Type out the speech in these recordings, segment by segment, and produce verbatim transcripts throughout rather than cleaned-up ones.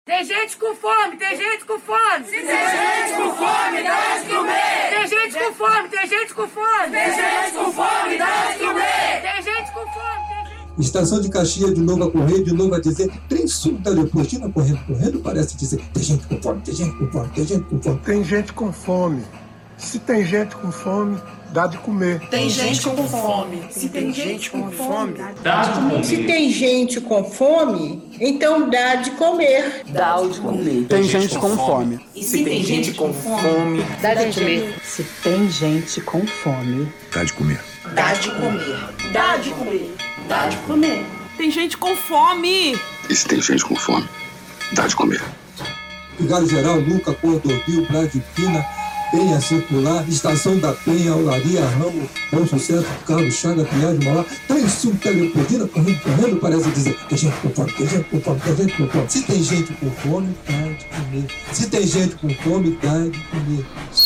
Tem gente com fome, tem gente com fome. Se tem gente com fome, dá de comer. Tem gente com fome, tem gente com fome. Tem gente com fome, dá de comer. Tem gente com fome. Estação de Caxias, de novo a correr, de novo a dizer, trem sul da Leopoldina correndo, correndo, parece dizer, tem gente com fome, tem gente com fome, tem gente com fome. Tem gente com fome. Se tem gente com fome, dá de comer. Tem gente com fome. Se tem gente com fome, dá de comer. Se tem gente com fome, então dá de comer. Dá de comer. Tem gente com fome. E se tem gente com fome, dá de comer. Se tem gente com fome, dá de comer. Dá de comer. Dá de comer. Dá de comer. Tem gente com fome. E se tem gente com fome, dá de comer. Vigário Geral, Luca, Cordovil, Bradipina, Penha Circular, Estação da Penha, Olaria, Ramo, Bom Sucesso, Carlos Chaga, Pinhal de Mauá, trem sul da Leopoldina, correndo, correndo, parece dizer, tem gente com fome, tem gente com fome, tem gente com fome. Se tem gente com fome, dá de comer. Se tem gente com fome, dá de comer.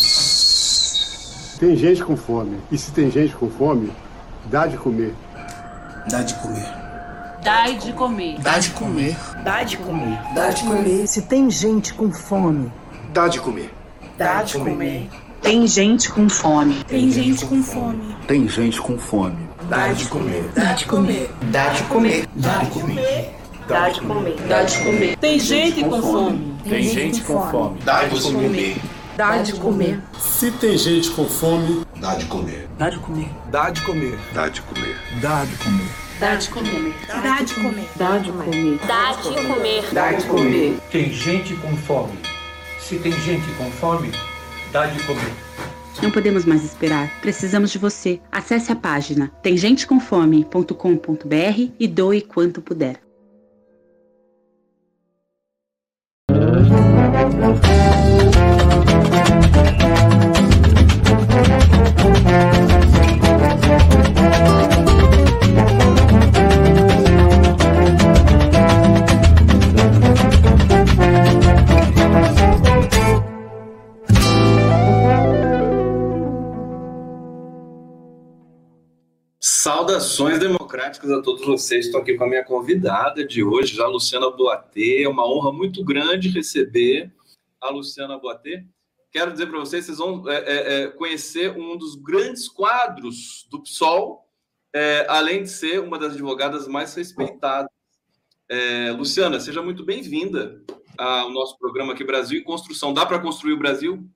Tem gente com fome. E se tem gente com fome, dá de comer. Dá de comer. Dá de comer. Dá de comer. Dá de comer. Dá de comer. Se tem gente com fome, dá de comer. Dá de comer. Tem gente com fome. Tem gente com fome. Tem gente com fome. Dá de comer. Dá de comer. Dá de comer. Dá de comer. Dá de comer. Dá de comer. Tem gente com fome. Tem gente com fome. Dá de comer. dá de comer. Se tem gente com fome, Dá de comer. Dá de comer. Dá de comer. Dá de comer. dá de comer. Dá de comer. Dá de comer. Dá de comer. Dá de comer. Dá de comer. Tem gente com fome. Se tem gente com fome, dá de comer. Não podemos mais esperar. Precisamos de você. Acesse a página tem gente com fome ponto com ponto b r e doe quanto puder. Saudações democráticas a todos vocês. Estou aqui com a minha convidada de hoje, já a Luciana Boatê. É uma honra muito grande receber a Luciana Boatê. Quero dizer para vocês, vocês vão é, é, conhecer um dos grandes quadros do P SOL, é, além de ser uma das advogadas mais respeitadas. É, Luciana, seja muito bem-vinda ao nosso programa aqui, Brasil em Construção. Dá para construir o Brasil?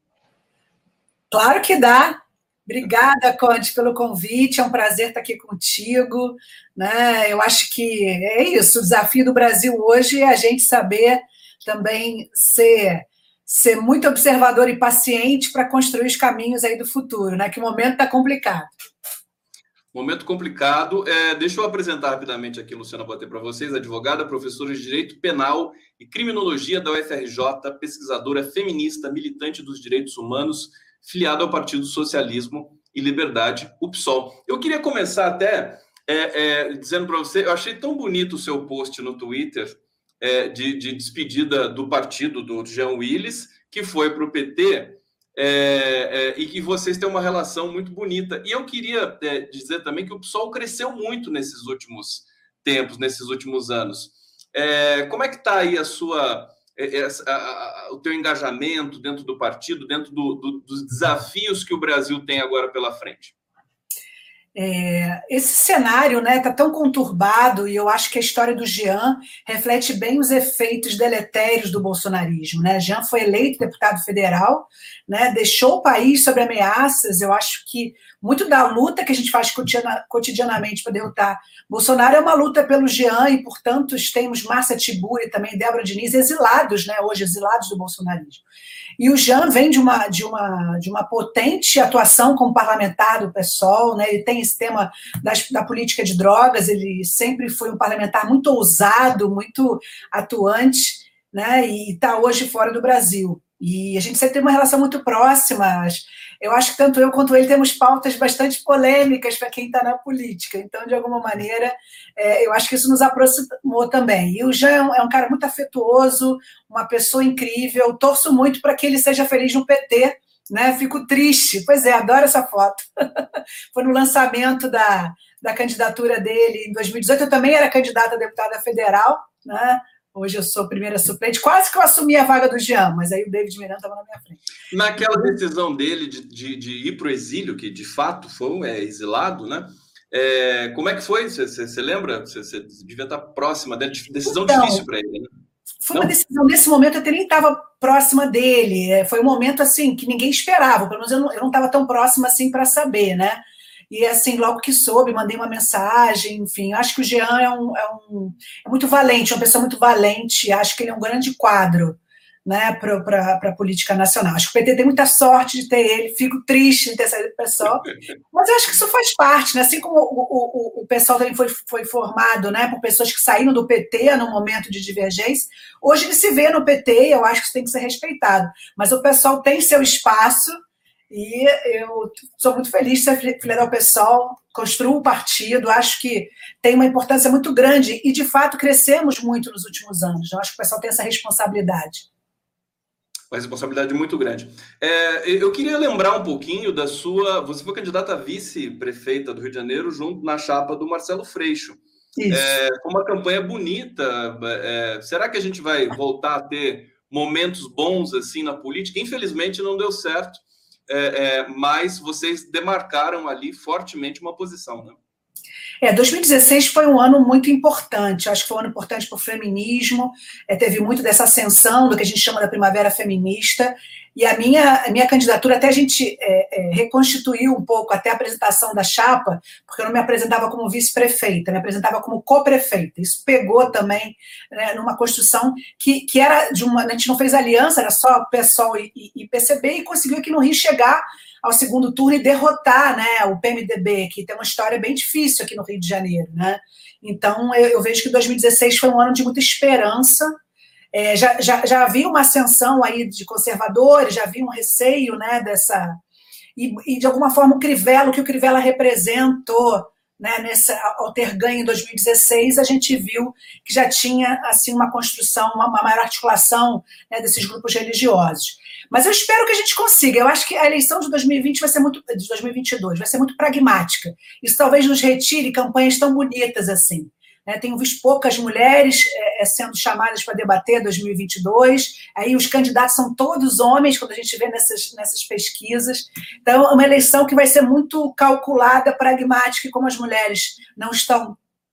Claro que dá. Obrigada, Conde, pelo convite. É um prazer estar aqui contigo. Né? Eu acho que é isso. O desafio do Brasil hoje é a gente saber também ser, ser muito observador e paciente para construir os caminhos aí do futuro, né? Que o momento está complicado. Momento complicado. É, deixa eu apresentar rapidamente aqui, Luciana Boatê, para vocês, advogada, professora de Direito Penal e Criminologia da U F R J, pesquisadora feminista, militante dos direitos humanos, filiado ao Partido Socialismo e Liberdade, o P SOL. Eu queria começar até é, é, dizendo para você, eu achei tão bonito o seu post no Twitter é, de, de despedida do partido do Jean Willis, que foi para o P T, é, é, e que vocês têm uma relação muito bonita. E eu queria é, dizer também que o P SOL cresceu muito nesses últimos tempos, nesses últimos anos. É, como é que está aí a sua... Essa, a, a, o teu engajamento dentro do partido, dentro do, do, dos desafios que o Brasil tem agora pela frente? É, esse cenário está, né, tão conturbado, e eu acho que a história do Jean reflete bem os efeitos deletérios do bolsonarismo. Né? Jean foi eleito deputado federal, né, deixou o país sob ameaças. Eu acho que muito da luta que a gente faz cotidianamente para derrotar Bolsonaro é uma luta pelo Jean, e, portanto, temos Márcia Tiburi e também Débora Diniz exilados, né, hoje exilados do bolsonarismo. E o Jean vem de uma, de uma, de uma potente atuação como parlamentar do P SOL, né? Ele tem esse tema das, da política de drogas, ele sempre foi um parlamentar muito ousado, muito atuante, né? E está hoje fora do Brasil. E a gente sempre tem uma relação muito próxima. Eu acho que tanto eu quanto ele temos pautas bastante polêmicas para quem está na política. Então, de alguma maneira, é, eu acho que isso nos aproximou também. E o Jean é um, é um cara muito afetuoso, uma pessoa incrível. Torço muito para que ele seja feliz no P T, né? Fico triste. Pois é, adoro essa foto. Foi no lançamento da, da candidatura dele em dois mil e dezoito. Eu também era candidata a deputada federal, né? Hoje eu sou primeira suplente, quase que eu assumi a vaga do Jean, mas aí o David Miranda estava na minha frente. Naquela decisão dele de, de, de ir para o exílio, que de fato foi um é, exilado, né? É, como é que foi? Você lembra? Você devia estar próxima dela, decisão então, difícil para ele, né? Foi uma decisão, nesse momento eu nem estava próxima dele, foi um momento assim que ninguém esperava, pelo menos eu não estava tão próxima assim para saber, né? E assim, logo que soube, mandei uma mensagem, enfim, acho que o Jean é, um, é, um, é muito valente, uma pessoa muito valente, acho que ele é um grande quadro, né, para a política nacional. Acho que o P T tem muita sorte de ter ele, fico triste de ter saído do P SOL, mas eu acho que isso faz parte, né? Assim como o, o, o P SOL também foi, foi formado, né, por pessoas que saíram do P T no momento de divergência, hoje ele se vê no P T e eu acho que isso tem que ser respeitado, mas o P SOL tem seu espaço e eu sou muito feliz de ser filiada ao P SOL, construo o partido, acho que tem uma importância muito grande e, de fato, crescemos muito nos últimos anos. Eu acho que o P SOL tem essa responsabilidade. Uma responsabilidade muito grande. É, eu queria lembrar um pouquinho da sua... Você foi candidata a vice-prefeita do Rio de Janeiro junto na chapa do Marcelo Freixo. É, uma campanha bonita. É, será que a gente vai voltar a ter momentos bons assim na política? Infelizmente não deu certo. É, é, mas vocês demarcaram ali fortemente uma posição, né? É, dois mil e dezesseis foi um ano muito importante, acho que foi um ano importante para o feminismo, é, teve muito dessa ascensão do que a gente chama da primavera feminista, e a minha, a minha candidatura, até a gente é, é, reconstituiu um pouco até a apresentação da chapa, porque eu não me apresentava como vice-prefeita, me apresentava como co-prefeita, isso pegou também, né, numa construção que, que era de uma, a gente não fez aliança, era só P SOL e, e, e P C B, e conseguiu aqui no Rio chegar ao segundo turno e derrotar, né, o P M D B, que tem uma história bem difícil aqui no Rio de Janeiro, né? Então, eu, eu vejo que dois mil e dezesseis foi um ano de muita esperança. É, já, já, já havia uma ascensão aí de conservadores, já havia um receio, né, dessa... E, e de alguma forma, o Crivella, o que o Crivella representou, né, nessa, ao ter ganho em dois mil e dezesseis, a gente viu que já tinha assim, uma construção, uma, uma maior articulação, né, desses grupos religiosos. Mas eu espero que a gente consiga. Eu acho que a eleição de dois mil e vinte vai ser muito, de dois mil e vinte e dois vai ser muito pragmática. Isso talvez nos retire campanhas tão bonitas assim. Né? Tenho visto poucas mulheres é, sendo chamadas para debater dois mil e vinte e dois. Aí os candidatos são todos homens, quando a gente vê nessas, nessas pesquisas. Então, é uma eleição que vai ser muito calculada, pragmática, e como as mulheres não estão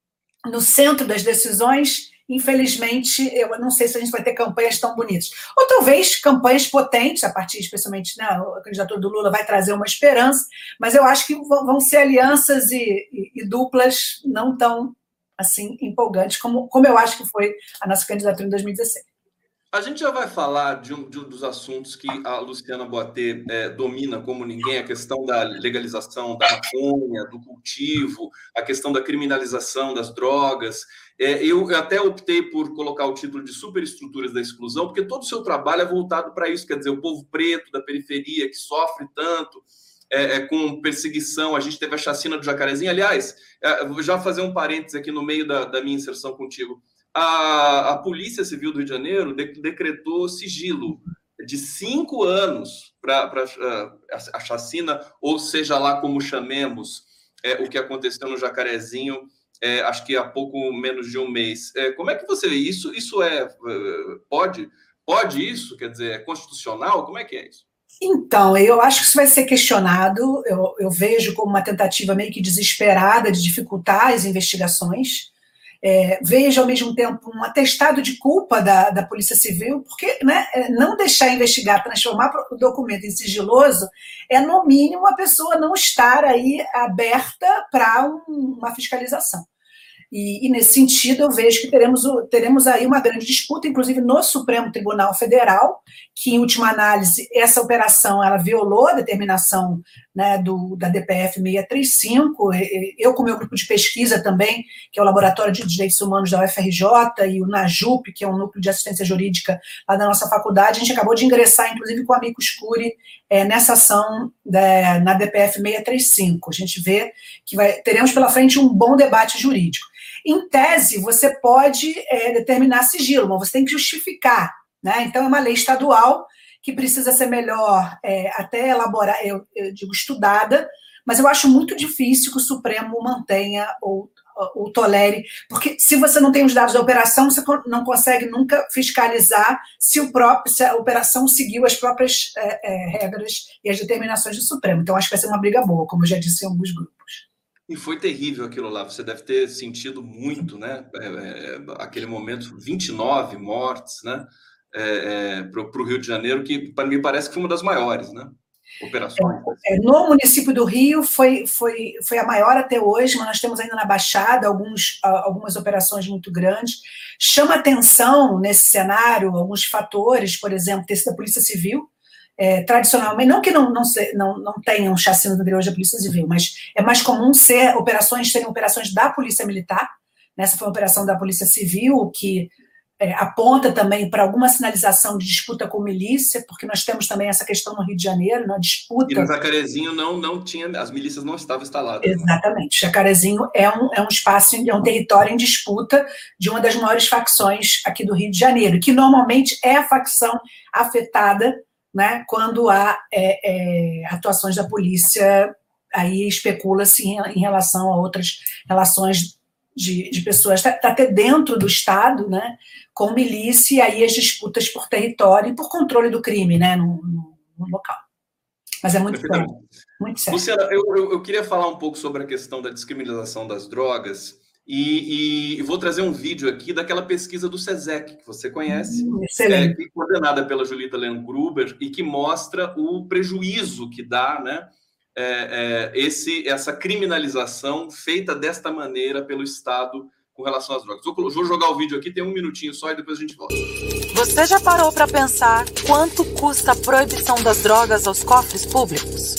no centro das decisões, infelizmente, eu não sei se a gente vai ter campanhas tão bonitas. Ou talvez campanhas potentes, a partir, especialmente, né, a candidatura do Lula vai trazer uma esperança, mas eu acho que vão ser alianças e, e, e duplas não tão assim, empolgantes, como, como eu acho que foi a nossa candidatura em dois mil e dezesseis. A gente já vai falar de um, de um dos assuntos que a Luciana Boatê é, domina como ninguém, a questão da legalização da maconha, do cultivo, a questão da criminalização das drogas. É, eu até optei por colocar o título de Superestruturas da Exclusão, porque todo o seu trabalho é voltado para isso, quer dizer, o povo preto da periferia que sofre tanto é, é, com perseguição. A gente teve a chacina do Jacarezinho. Aliás, é, vou já fazer um parênteses aqui no meio da, da minha inserção contigo. A, a Polícia Civil do Rio de Janeiro de, decretou sigilo de cinco anos para a, a chacina, ou seja lá como chamemos, é, o que aconteceu no Jacarezinho, é, acho que há pouco menos de um mês. É, como é que você vê isso? Isso é... Pode? Pode isso? Quer dizer, é constitucional? Como é que é isso? Então, eu acho que isso vai ser questionado. Eu, eu vejo como uma tentativa meio que desesperada de dificultar as investigações. É, vejo, ao mesmo tempo, um atestado de culpa da, da Polícia Civil, porque, né, não deixar investigar, transformar o documento em sigiloso, é, no mínimo, a pessoa não estar aí aberta para um, uma fiscalização. E, e, nesse sentido, eu vejo que teremos, teremos aí uma grande disputa, inclusive no Supremo Tribunal Federal, que, em última análise, essa operação ela violou a determinação, né, do, da D P F seiscentos e trinta e cinco. Eu, com o meu grupo de pesquisa também, que é o Laboratório de Direitos Humanos da U F R J, e o NAJUP, que é um núcleo de assistência jurídica lá da nossa faculdade, a gente acabou de ingressar, inclusive, com o amicus curiae, é, nessa ação da, na D P F seiscentos e trinta e cinco. A gente vê que vai, teremos pela frente um bom debate jurídico. Em tese, você pode é, determinar sigilo, mas você tem que justificar, né? Então, é uma lei estadual que precisa ser melhor é, até elaborar, eu, eu digo estudada, mas eu acho muito difícil que o Supremo mantenha ou o tolere, porque se você não tem os dados da operação, você não consegue nunca fiscalizar se, o próprio, se a operação seguiu as próprias é, é, regras e as determinações do Supremo. Então, acho que vai ser uma briga boa, como eu já disse em alguns grupos. E foi terrível aquilo lá, você deve ter sentido muito, né? É, é, aquele momento, vinte e nove mortes, né? É, é, para o Rio de Janeiro, que para mim parece que foi uma das maiores, né? Operações. É, no município do Rio foi, foi, foi a maior até hoje, mas nós temos ainda na Baixada alguns, algumas operações muito grandes. Chama atenção nesse cenário alguns fatores, por exemplo, ter sido a Polícia Civil. É, tradicionalmente, não que não, não, se, não, não tenham um chacina do interior da Polícia Civil, mas é mais comum ser operações, serem operações da Polícia Militar. Nessa foi uma operação da Polícia Civil, que é, aponta também para alguma sinalização de disputa com milícia, porque nós temos também essa questão no Rio de Janeiro, na disputa... E no Jacarezinho não, não tinha, as milícias não estavam instaladas. Exatamente. Jacarezinho é um, é um espaço, é um território em disputa de uma das maiores facções aqui do Rio de Janeiro, que normalmente é a facção afetada, né, quando há é, é, atuações da polícia, aí especula-se em, em relação a outras relações de, de pessoas, está tá até dentro do Estado, né, com milícia, e aí as disputas por território e por controle do crime, né, no, no, no local. Mas é muito sério, muito sério. Luciana, eu, eu, eu queria falar um pouco sobre a questão da descriminalização das drogas, E, e vou trazer um vídeo aqui daquela pesquisa do SESEC, que você conhece, é, que é coordenada pela Julita Lehngruber e que mostra o prejuízo que dá, né, é, é, esse, essa criminalização feita desta maneira pelo Estado com relação às drogas. Vou, vou jogar o vídeo aqui, tem um minutinho só e depois a gente volta. Você já parou para pensar quanto custa a proibição das drogas aos cofres públicos?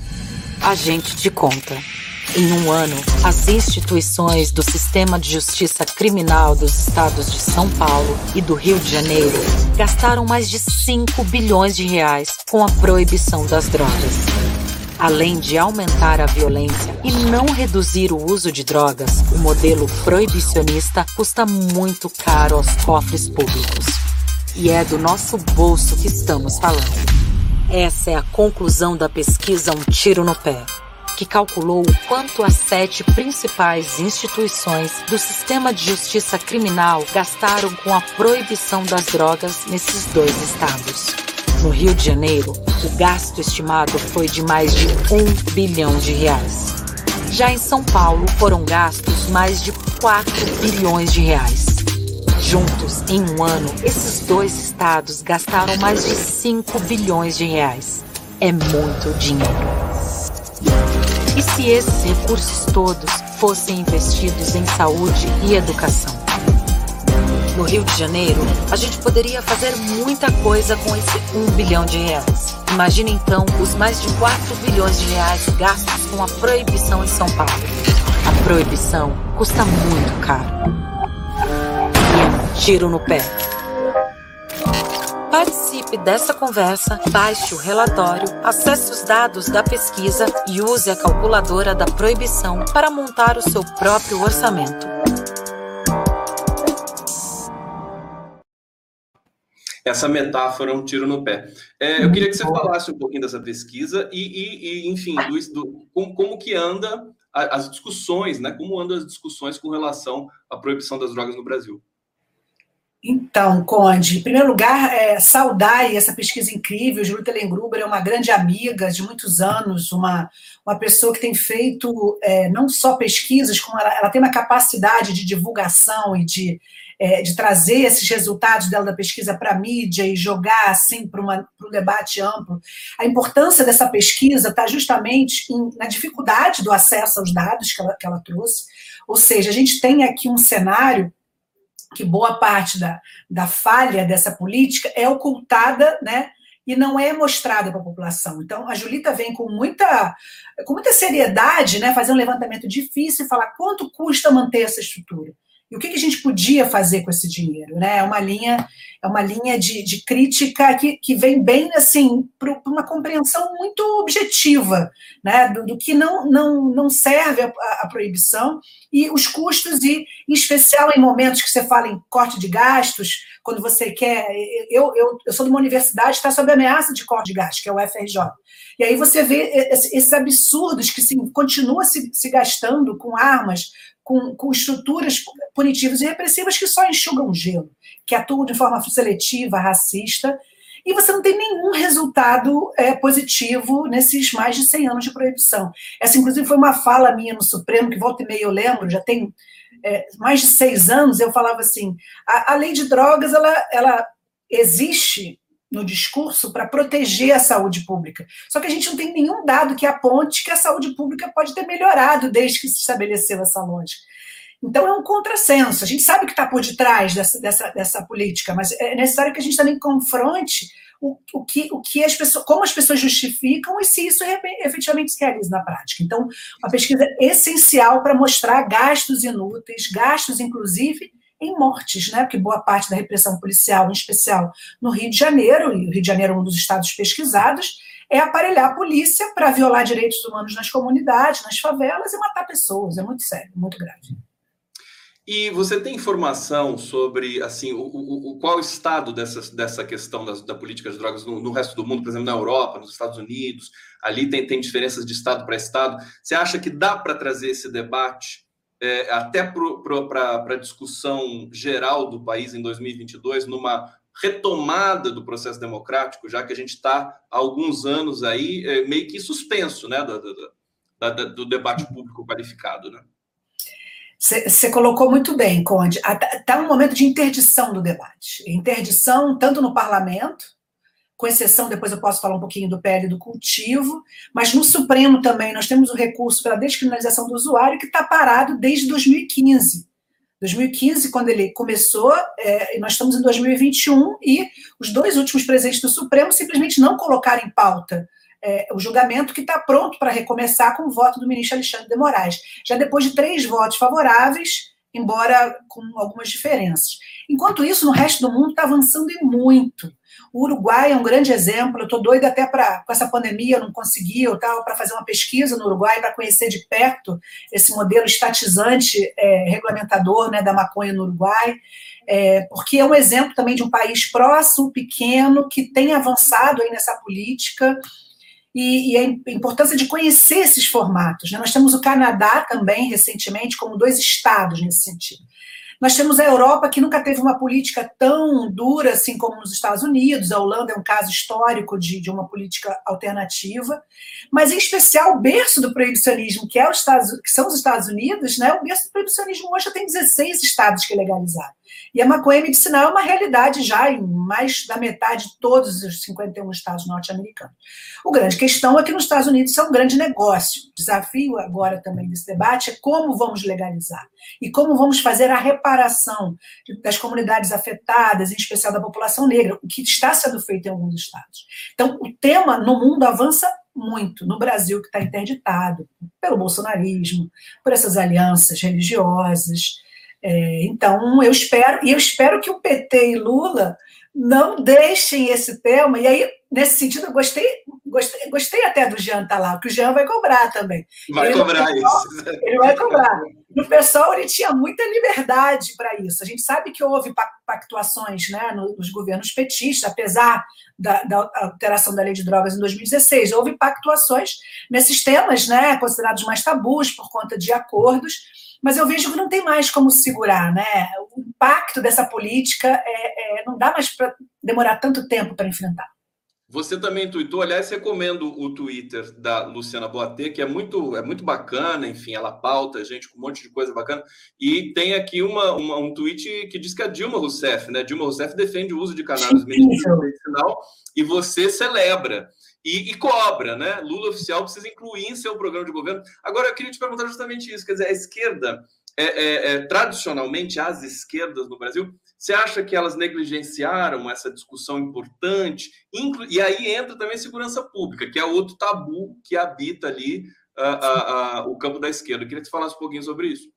A gente te conta. Em um ano, as instituições do Sistema de Justiça Criminal dos estados de São Paulo e do Rio de Janeiro gastaram mais de cinco bilhões de reais com a proibição das drogas. Além de aumentar a violência e não reduzir o uso de drogas, o modelo proibicionista custa muito caro aos cofres públicos. E é do nosso bolso que estamos falando. Essa é a conclusão da pesquisa Um Tiro no Pé, que calculou o quanto as sete principais instituições do sistema de justiça criminal gastaram com a proibição das drogas nesses dois estados. No Rio de Janeiro, o gasto estimado foi de mais de um bilhão de reais. Já em São Paulo, foram gastos mais de quatro bilhões de reais. Juntos, em um ano, esses dois estados gastaram mais de cinco bilhões de reais. É muito dinheiro. E se esses recursos todos fossem investidos em saúde e educação? No Rio de Janeiro, a gente poderia fazer muita coisa com esse um bilhão de reais. Imagine então os mais de quatro bilhões de reais gastos com a proibição em São Paulo. A proibição custa muito caro. E é um tiro no pé. Participe dessa conversa, baixe o relatório, acesse os dados da pesquisa e use a calculadora da proibição para montar o seu próprio orçamento. Essa metáfora é um tiro no pé. É, eu queria que você falasse um pouquinho dessa pesquisa e, e, e enfim, do, do, como, como que anda a, as discussões, né? Como andam as discussões com relação à proibição das drogas no Brasil. Então, Conde, em primeiro lugar, é, saudar essa pesquisa incrível. Julita Lehngruber é uma grande amiga de muitos anos, uma, uma pessoa que tem feito é, não só pesquisas, como ela, ela tem uma capacidade de divulgação e de, é, de trazer esses resultados dela da pesquisa para a mídia e jogar assim para um debate amplo. A importância dessa pesquisa está justamente em, na dificuldade do acesso aos dados que ela, que ela trouxe. Ou seja, a gente tem aqui um cenário que boa parte da, da falha dessa política é ocultada, né, e não é mostrada para a população. Então, a Julita vem com muita, com muita seriedade, né, fazer um levantamento difícil e falar quanto custa manter essa estrutura. E o que, que a gente podia fazer com esse dinheiro, né? É uma linha, é uma linha de, de crítica que, que vem bem assim, para uma compreensão muito objetiva, né? Do, do que não, não, não serve a, a proibição e os custos, e em especial em momentos que você fala em corte de gastos, quando você quer. Eu, eu, eu sou de uma universidade que está sob ameaça de corte de gastos, que é o F R J. E aí você vê esses absurdos que se, continua se, se gastando com armas, com, com estruturas punitivas e repressivas que só enxugam gelo, que atuam de forma seletiva, racista, e você não tem nenhum resultado é, positivo nesses mais de cem anos de proibição. Essa, inclusive, foi uma fala minha no Supremo, que volta e meia eu lembro, já tem é, mais de seis anos, eu falava assim, a, a lei de drogas, ela, ela existe no discurso para proteger a saúde pública. Só que a gente não tem nenhum dado que aponte que a saúde pública pode ter melhorado desde que se estabeleceu essa lógica. Então, é um contrassenso. A gente sabe o que está por detrás dessa, dessa, dessa política, mas é necessário que a gente também confronte o, o, que, o que as pessoas, como as pessoas justificam e se isso efetivamente se realiza na prática. Então, uma pesquisa essencial para mostrar gastos inúteis, gastos, inclusive, em mortes, né? Porque boa parte da repressão policial, em especial no Rio de Janeiro, e o Rio de Janeiro é um dos estados pesquisados, é aparelhar a polícia para violar direitos humanos nas comunidades, nas favelas e matar pessoas. É muito sério, muito grave. E você tem informação sobre assim, o, o, o qual estado dessa, dessa questão das, da política de drogas no, no resto do mundo, por exemplo, na Europa, nos Estados Unidos, ali tem, tem diferenças de estado para estado. Você acha que dá para trazer esse debate é, até para a discussão geral do país em dois mil e vinte e dois, numa retomada do processo democrático, já que a gente está há alguns anos aí é, meio que suspenso, né, do, do, do, do debate público qualificado, né? Você colocou muito bem, Conde. Está um momento de interdição do debate. Interdição tanto no parlamento, com exceção, depois eu posso falar um pouquinho do P L do cultivo, mas no Supremo também nós temos o recurso para a descriminalização do usuário que está parado desde dois mil e quinze. dois mil e quinze, quando ele começou, é, nós estamos em dois mil e vinte e um e os dois últimos presidentes do Supremo simplesmente não colocaram em pauta É, o julgamento que está pronto para recomeçar com o voto do ministro Alexandre de Moraes, já depois de três votos favoráveis, embora com algumas diferenças. Enquanto isso, no resto do mundo está avançando e muito. O Uruguai é um grande exemplo, eu estou doida até para, com essa pandemia, eu não consegui, eu estava para fazer uma pesquisa no Uruguai, para conhecer de perto esse modelo estatizante, é, regulamentador, né, da maconha no Uruguai, é, porque é um exemplo também de um país próximo, pequeno, que tem avançado aí nessa política, E, e a importância de conhecer esses formatos, né? Nós temos o Canadá também, recentemente, como dois estados nesse sentido. Nós temos a Europa, que nunca teve uma política tão dura assim como nos Estados Unidos. A Holanda é um caso histórico de, de uma política alternativa, mas, em especial, o berço do proibicionismo, que, é os Estados, que são os Estados Unidos, né? O berço do proibicionismo hoje já tem dezesseis estados que legalizaram. E a maconha medicinal é uma realidade já em mais da metade de todos os cinquenta e um estados norte-americanos. A grande questão é que nos Estados Unidos isso é um grande negócio. O desafio agora também desse debate é como vamos legalizar e como vamos fazer a reparação das comunidades afetadas, em especial da população negra, o que está sendo feito em alguns estados. Então, o tema no mundo avança muito. No Brasil, que está interditado pelo bolsonarismo, por essas alianças religiosas. É, então, eu espero, e eu espero que o P T e Lula não deixem esse tema, e aí, nesse sentido, eu gostei, gostei, gostei até do Jean estar lá, porque o Jean vai cobrar também. Vai ele, cobrar pessoal, isso. Ele vai cobrar. No pessoal, ele tinha muita liberdade para isso. A gente sabe que houve pactuações, né, nos governos petistas, apesar da, da alteração da lei de drogas em dois mil e dezesseis, houve pactuações nesses temas, né, considerados mais tabus por conta de acordos, mas eu vejo que não tem mais como segurar, né? O impacto dessa política é, é, não dá mais para demorar tanto tempo para enfrentar. Você também tweetou, aliás, recomendo o Twitter da Luciana Boatê, que é muito, é muito bacana, enfim, ela pauta a gente com um monte de coisa bacana, e tem aqui uma, uma, um tweet que diz que a Dilma Rousseff, né? Dilma Rousseff defende o uso de cannabis medicinal e você celebra. E, e cobra, né? Lula oficial precisa incluir em seu programa de governo. Agora, eu queria te perguntar justamente isso. Quer dizer, a esquerda, é, é, é, tradicionalmente, as esquerdas no Brasil, você acha que elas negligenciaram essa discussão importante? Inclu- e aí entra também a segurança pública, que é outro tabu que habita ali uh, uh, uh, o campo da esquerda. Eu queria que você falasse um pouquinho sobre isso.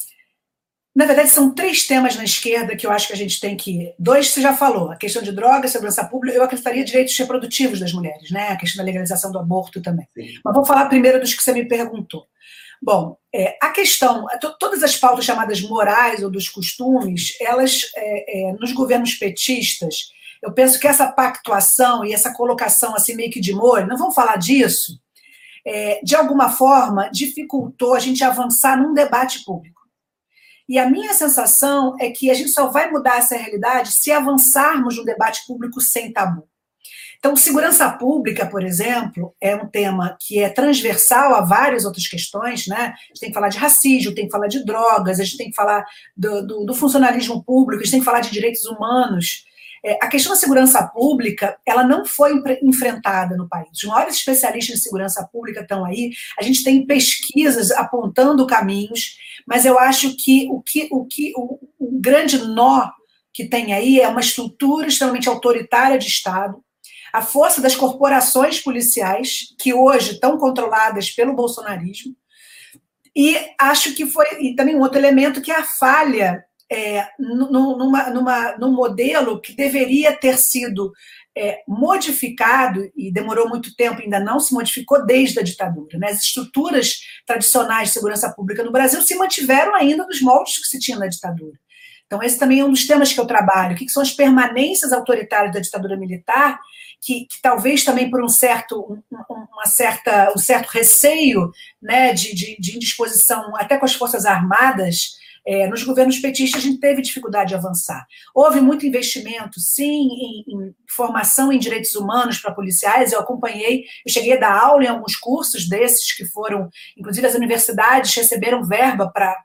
Na verdade, são três temas na esquerda que eu acho que a gente tem que... Dois você já falou, a questão de drogas, segurança pública, eu acrescentaria direitos reprodutivos das mulheres, né? A questão da legalização do aborto também. Sim. Mas vou falar primeiro dos que você me perguntou. Bom, é, a questão... To, todas as pautas chamadas morais ou dos costumes, elas, é, é, nos governos petistas, eu penso que essa pactuação e essa colocação assim meio que de molho, não vamos falar disso, é, de alguma forma dificultou a gente avançar num debate público. E a minha sensação é que a gente só vai mudar essa realidade se avançarmos no debate público sem tabu. Então, segurança pública, por exemplo, é um tema que é transversal a várias outras questões, né? A gente tem que falar de racismo, tem que falar de drogas, a gente tem que falar do, do, do funcionalismo público, a gente tem que falar de direitos humanos. É, a questão da segurança pública, ela não foi enfrentada no país. Os maiores especialistas em segurança pública estão aí, a gente tem pesquisas apontando caminhos, mas eu acho que o, que, o, que, o, o grande nó que tem aí é uma estrutura extremamente autoritária de Estado, a força das corporações policiais, que hoje estão controladas pelo bolsonarismo, e acho que foi, e também um outro elemento, que é a falha é, numa, numa, num modelo que deveria ter sido é, modificado, e demorou muito tempo, ainda não se modificou desde a ditadura, né? As estruturas tradicionais de segurança pública no Brasil se mantiveram ainda nos moldes que se tinha na ditadura. Então, esse também é um dos temas que eu trabalho, o que são as permanências autoritárias da ditadura militar, que, que talvez também por um certo, uma certa, um certo receio, né, de, de, de indisposição até com as Forças Armadas, é, nos governos petistas a gente teve dificuldade de avançar. Houve muito investimento, sim, em, em formação em direitos humanos para policiais, eu acompanhei, eu cheguei a dar aula em alguns cursos desses que foram, inclusive as universidades receberam verba para...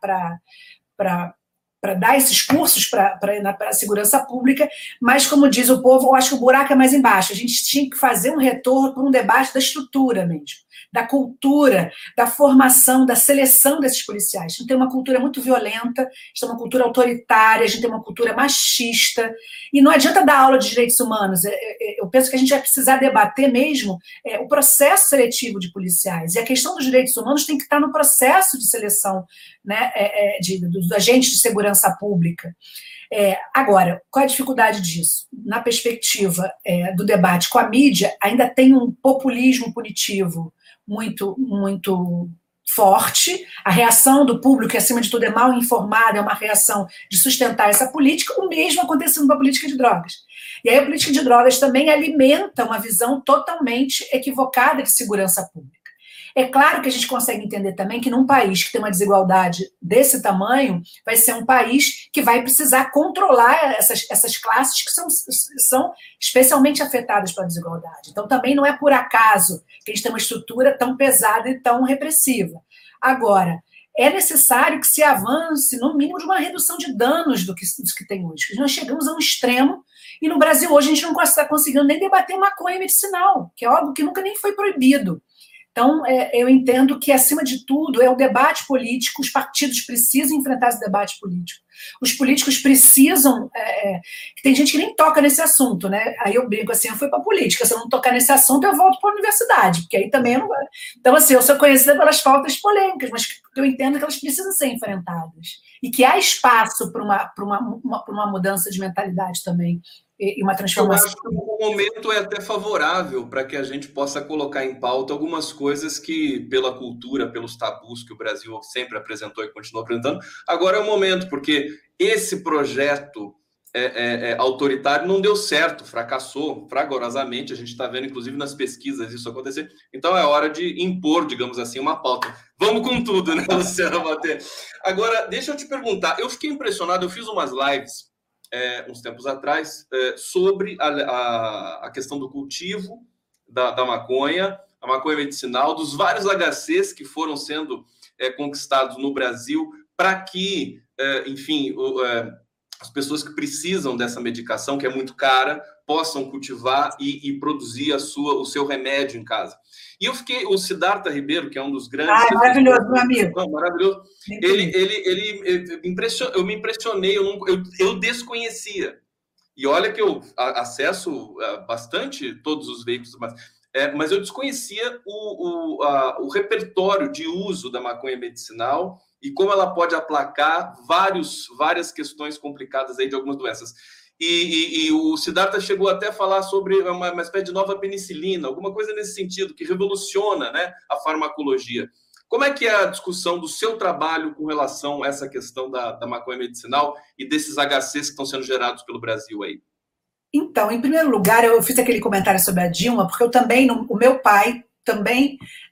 para para dar esses cursos para a segurança pública, mas, como diz o povo, eu acho que o buraco é mais embaixo. A gente tinha que fazer um retorno para um debate da estrutura mesmo, da cultura, da formação, da seleção desses policiais. A gente tem uma cultura muito violenta, a gente tem uma cultura autoritária, a gente tem uma cultura machista, e não adianta dar aula de direitos humanos. Eu penso que a gente vai precisar debater mesmo o processo seletivo de policiais, e a questão dos direitos humanos tem que estar no processo de seleção, né, de, dos agentes de segurança pública. É, agora, qual é a dificuldade disso? Na perspectiva é, do debate com a mídia, ainda tem um populismo punitivo muito, muito forte. A reação do público, que acima de tudo é mal informada, é uma reação de sustentar essa política, o mesmo acontecendo com a política de drogas. E aí a política de drogas também alimenta uma visão totalmente equivocada de segurança pública. É claro que a gente consegue entender também que num país que tem uma desigualdade desse tamanho, vai ser um país que vai precisar controlar essas, essas classes que são, são especialmente afetadas pela desigualdade. Então, também não é por acaso que a gente tem uma estrutura tão pesada e tão repressiva. Agora, é necessário que se avance, no mínimo, de uma redução de danos do que, do que tem hoje. Nós chegamos a um extremo, e no Brasil hoje a gente não está conseguindo nem debater maconha medicinal, que é algo que nunca nem foi proibido. Então, é, eu entendo que, acima de tudo, é o debate político, os partidos precisam enfrentar esse debate político. Os políticos precisam... É, tem gente que nem toca nesse assunto, né? Aí eu brinco assim, eu fui para a política, se eu não tocar nesse assunto, eu volto para a universidade, porque aí também eu não... Então, assim, eu sou conhecida pelas pautas polêmicas, mas eu entendo que elas precisam ser enfrentadas. E que há espaço para uma, para uma, uma, para uma mudança de mentalidade também, e uma transformação. Eu acho que o momento é até favorável para que a gente possa colocar em pauta algumas coisas que, pela cultura, pelos tabus que o Brasil sempre apresentou e continua apresentando, agora é o momento, porque esse projeto é, é, é, autoritário não deu certo, fracassou fragorosamente, a gente está vendo, inclusive, nas pesquisas isso acontecer, então é hora de impor, digamos assim, uma pauta. Vamos com tudo, né, Luciana Bater? Agora, deixa eu te perguntar, eu fiquei impressionado, eu fiz umas lives É, uns tempos atrás, é, sobre a, a, a questão do cultivo da, da maconha, a maconha medicinal, dos vários H Cs que foram sendo é, conquistados no Brasil para que, é, enfim, o, é, as pessoas que precisam dessa medicação, que é muito cara, possam cultivar e, e produzir a sua, o seu remédio em casa. E eu fiquei, o Siddhartha Ribeiro, que é um dos grandes... Ah, maravilhoso, meu amigo. Não, maravilhoso. Ele, ele, ele, ele impression, eu me impressionei, eu, não, eu, eu desconhecia. E olha que eu acesso bastante todos os veículos, mas, é, mas eu desconhecia o, o, a, o repertório de uso da maconha medicinal e como ela pode aplacar vários, várias questões complicadas aí de algumas doenças. E, e, e o Siddhartha chegou até a falar sobre uma, uma espécie de nova penicilina, alguma coisa nesse sentido, que revoluciona, né, a farmacologia. Como é que é a discussão do seu trabalho com relação a essa questão da, da maconha medicinal e desses H Cs que estão sendo gerados pelo Brasil aí? Então, em primeiro lugar, eu fiz aquele comentário sobre a Dilma, porque eu também, o meu pai também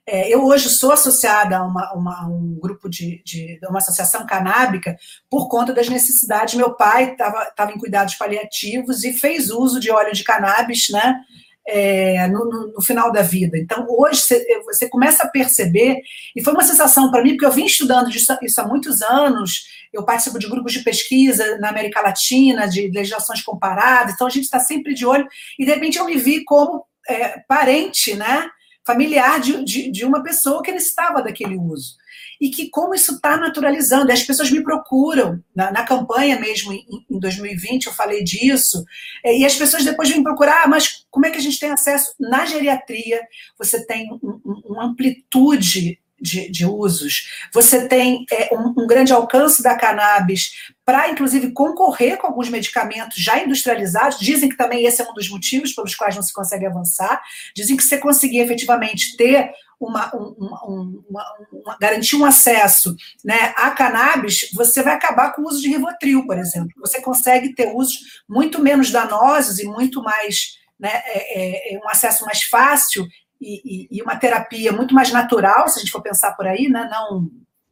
É, eu hoje sou associada a uma, uma, um grupo de, de uma associação canábica por conta das necessidades. Meu pai estava em cuidados paliativos e fez uso de óleo de cannabis, né, é, no, no, no final da vida. Então, hoje, você, você começa a perceber, e foi uma sensação para mim, porque eu vim estudando isso, isso há muitos anos, eu participo de grupos de pesquisa na América Latina, de legislações comparadas, então a gente está sempre de olho, e de repente eu me vi como é, parente, né, familiar de, de, de uma pessoa que necessitava daquele uso. E que como isso está naturalizando, as pessoas me procuram, na, na campanha mesmo, em, em dois mil e vinte, eu falei disso, e as pessoas depois vêm procurar, ah, mas como é que a gente tem acesso? Na geriatria, você tem um, um, uma amplitude de, de usos, você tem é, um, um grande alcance da cannabis para, inclusive, concorrer com alguns medicamentos já industrializados. Dizem que também esse é um dos motivos pelos quais não se consegue avançar. Dizem que se você conseguir efetivamente ter uma, uma, uma, uma garantir um acesso, né, a cannabis, você vai acabar com o uso de Rivotril, por exemplo. Você consegue ter usos muito menos danosos e muito mais, né, é, é, um acesso mais fácil e, e, e uma terapia muito mais natural, se a gente for pensar por aí, né, não,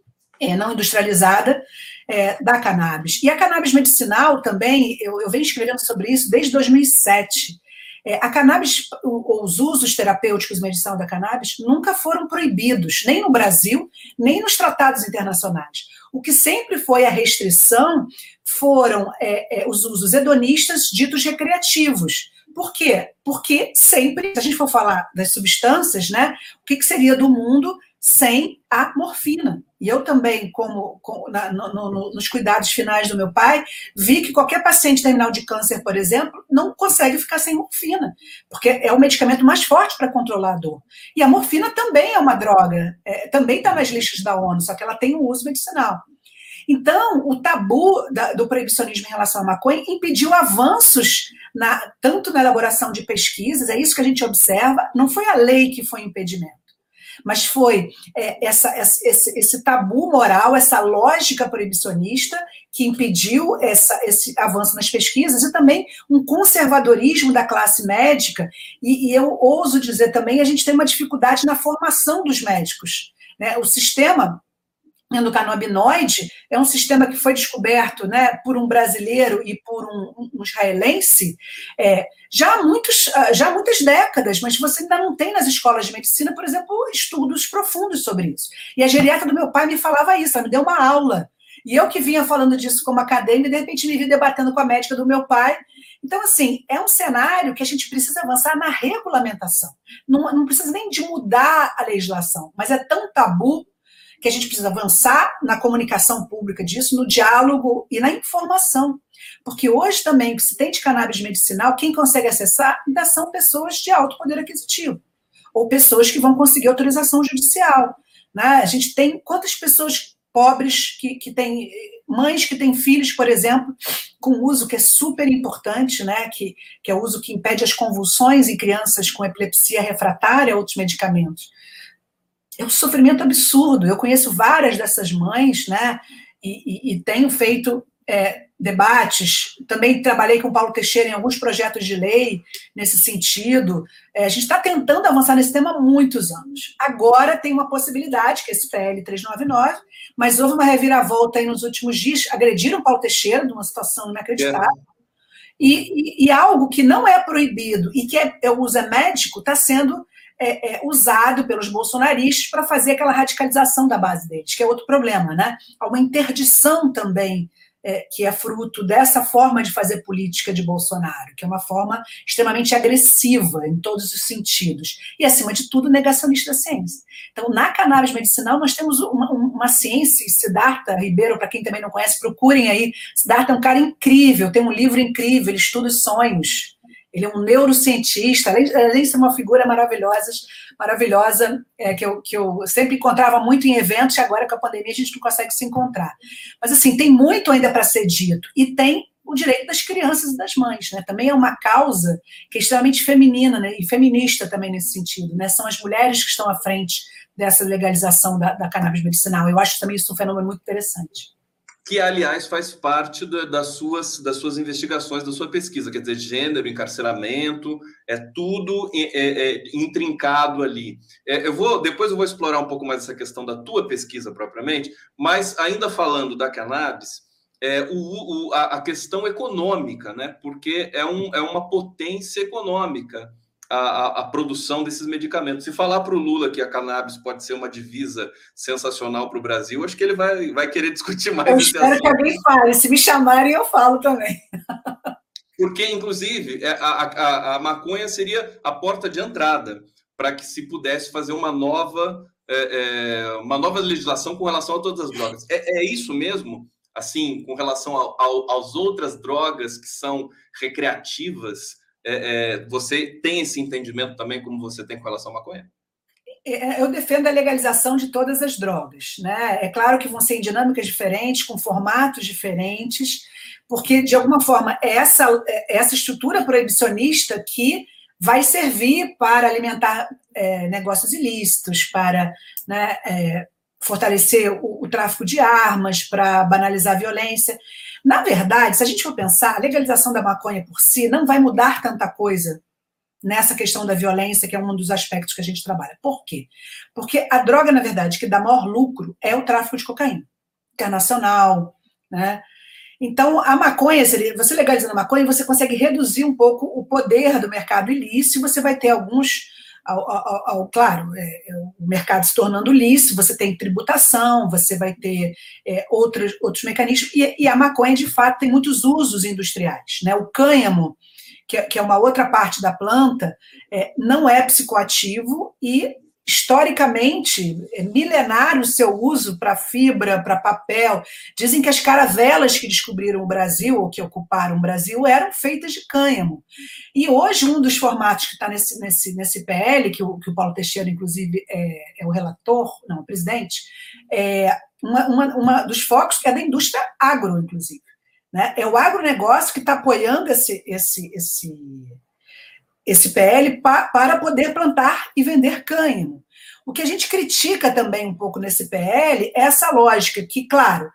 é, não industrializada, é, da cannabis. E a cannabis medicinal também, eu, eu venho escrevendo sobre isso desde dois mil e sete. É, a cannabis, os usos terapêuticos medicinais da cannabis nunca foram proibidos, nem no Brasil, nem nos tratados internacionais. O que sempre foi a restrição foram é, é, os usos hedonistas ditos recreativos. Por quê? Porque sempre, se a gente for falar das substâncias, né, o que, que seria do mundo sem a morfina? E eu também, como, como na, no, no, nos cuidados finais do meu pai, vi que qualquer paciente terminal de câncer, por exemplo, não consegue ficar sem morfina, porque é o medicamento mais forte para controlar a dor. E a morfina também é uma droga, é, também está nas listas da ONU, só que ela tem um uso medicinal. Então, o tabu da, do proibicionismo em relação à maconha impediu avanços na, tanto na elaboração de pesquisas, é isso que a gente observa, não foi a lei que foi impedimento, mas foi é, essa, esse, esse tabu moral, essa lógica proibicionista que impediu essa, esse avanço nas pesquisas e também um conservadorismo da classe médica, e, e eu ouso dizer também, a gente tem uma dificuldade na formação dos médicos, né? O sistema endocannabinoide é um sistema que foi descoberto, né, por um brasileiro e por um, um israelense é, já, há muitos, já há muitas décadas, mas você ainda não tem nas escolas de medicina, por exemplo, estudos profundos sobre isso. E a geriatra do meu pai me falava isso, ela me deu uma aula. E eu que vinha falando disso como acadêmica, de repente me vi debatendo com a médica do meu pai. Então, assim, é um cenário que a gente precisa avançar na regulamentação. Não, não precisa nem de mudar a legislação, mas é tão tabu que a gente precisa avançar na comunicação pública disso, no diálogo e na informação. Porque hoje também, se tem de cannabis medicinal, quem consegue acessar ainda são pessoas de alto poder aquisitivo, ou pessoas que vão conseguir autorização judicial. Né? A gente tem quantas pessoas pobres que, que têm, mães que têm filhos, por exemplo, com uso que é super importante, né? que, que é o uso que impede as convulsões em crianças com epilepsia refratária a outros medicamentos. É um sofrimento absurdo. Eu conheço várias dessas mães, né, e, e, e tenho feito é, debates. Também trabalhei com o Paulo Teixeira em alguns projetos de lei nesse sentido. É, a gente está tentando avançar nesse tema há muitos anos. Agora tem uma possibilidade, que é esse P L trezentos e noventa e nove, mas houve uma reviravolta aí nos últimos dias, agrediram o Paulo Teixeira, de uma situação inacreditável. É. E, e, e algo que não é proibido e que é, é, o uso é médico está sendo É, é, usado pelos bolsonaristas para fazer aquela radicalização da base deles, que é outro problema, né? Há uma interdição também, é, que é fruto dessa forma de fazer política de Bolsonaro, que é uma forma extremamente agressiva em todos os sentidos, e, acima de tudo, negacionista da ciência. Então, na cannabis medicinal, nós temos uma, uma ciência, e Siddhartha Ribeiro, para quem também não conhece, procurem aí, Siddhartha é um cara incrível, tem um livro incrível, ele estuda os sonhos. Ele é um neurocientista, além de, além de ser uma figura maravilhosa, maravilhosa é, que, eu, que eu sempre encontrava muito em eventos, e agora com a pandemia a gente não consegue se encontrar. Mas, assim, tem muito ainda para ser dito. E tem o direito das crianças e das mães, né? Também é uma causa que é extremamente feminina, né? E feminista também nesse sentido, né? São as mulheres que estão à frente dessa legalização da, da cannabis medicinal. Eu acho também isso um fenômeno muito interessante. que, aliás, faz parte da, das, suas, das suas investigações, da sua pesquisa, quer dizer, gênero, encarceramento, é tudo é, é, intrincado ali. É, eu vou, depois eu vou explorar um pouco mais essa questão da tua pesquisa propriamente, mas ainda falando da cannabis, é, o, o, a, a questão econômica, né? Porque é, um, é uma potência econômica A, a, a produção desses medicamentos. Se falar para o Lula que a cannabis pode ser uma divisa sensacional para o Brasil, acho que ele vai, vai querer discutir mais eu esse espero assunto. Que alguém fale. Se me chamarem, eu falo também. Porque, inclusive, a, a, a maconha seria a porta de entrada para que se pudesse fazer uma nova, é, é, uma nova legislação com relação a todas as drogas. É, é isso mesmo? Assim, com relação ao, ao, às outras drogas que são recreativas, É, é, você tem esse entendimento também como você tem com relação à maconha? Eu defendo a legalização de todas as drogas, né? É claro que vão ser em dinâmicas diferentes, com formatos diferentes, porque, de alguma forma, é essa, é essa estrutura proibicionista que vai servir para alimentar é, negócios ilícitos, para né, é, fortalecer o, o tráfico de armas, para banalizar a violência. Na verdade, se a gente for pensar, a legalização da maconha por si não vai mudar tanta coisa nessa questão da violência, que é um dos aspectos que a gente trabalha. Por quê? Porque a droga, na verdade, que dá maior lucro é o tráfico de cocaína internacional, né? Então, a maconha, você legalizando a maconha, você consegue reduzir um pouco o poder do mercado ilícito, você vai ter alguns... Ao, ao, ao, claro, é, o mercado se tornando lícito, você tem tributação, você vai ter é, outros, outros mecanismos, e, e a maconha, de fato, tem muitos usos industriais, né? O cânhamo, que, que é uma outra parte da planta, é, não é psicoativo e, historicamente, é milenário o seu uso para fibra, para papel. Dizem que as caravelas que descobriram o Brasil, ou que ocuparam o Brasil, eram feitas de cânhamo. E hoje, um dos formatos que está nesse, nesse, nesse P L, que o, que o Paulo Teixeira, inclusive, é, é o relator, não, o presidente, é uma, uma, uma dos focos é da indústria agro, inclusive. Né? É o agronegócio que está apoiando esse, esse, esse, esse P L pa, para poder plantar e vender cânhamo. O que a gente critica também um pouco nesse P L é essa lógica que, claro,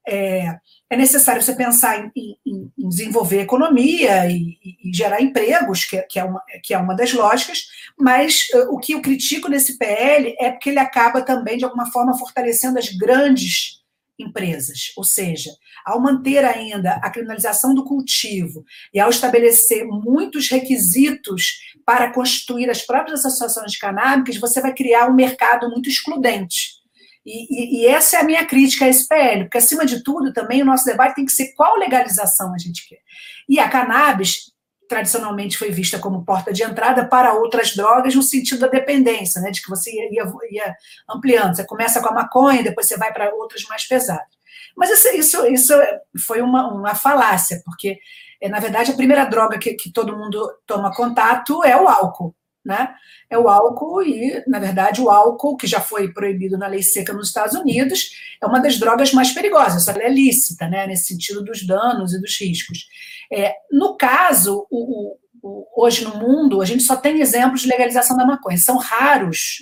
é, é necessário você pensar em, em, em desenvolver economia e, e gerar empregos, que, que, é uma, que é uma das lógicas, mas uh, o que eu critico nesse P L é porque ele acaba também, de alguma forma, fortalecendo as grandes empresas, ou seja, ao manter ainda a criminalização do cultivo e ao estabelecer muitos requisitos para constituir as próprias associações de canábicas, você vai criar um mercado muito excludente. E, e, e essa é a minha crítica a esse P L, porque, acima de tudo, também o nosso debate tem que ser qual legalização a gente quer. E a cannabis, tradicionalmente, foi vista como porta de entrada para outras drogas, no sentido da dependência, né, de que você ia, ia ampliando. Você começa com a maconha, depois você vai para outras mais pesadas. Mas isso, isso, isso foi uma, uma falácia, porque, na verdade, a primeira droga que, que todo mundo toma contato é o álcool. Né? É o álcool e, na verdade, o álcool, que já foi proibido na lei seca nos Estados Unidos, é uma das drogas mais perigosas, ela é lícita, né, nesse sentido dos danos e dos riscos. É, no caso, o, o, o, hoje no mundo, a gente só tem exemplos de legalização da maconha, são raros,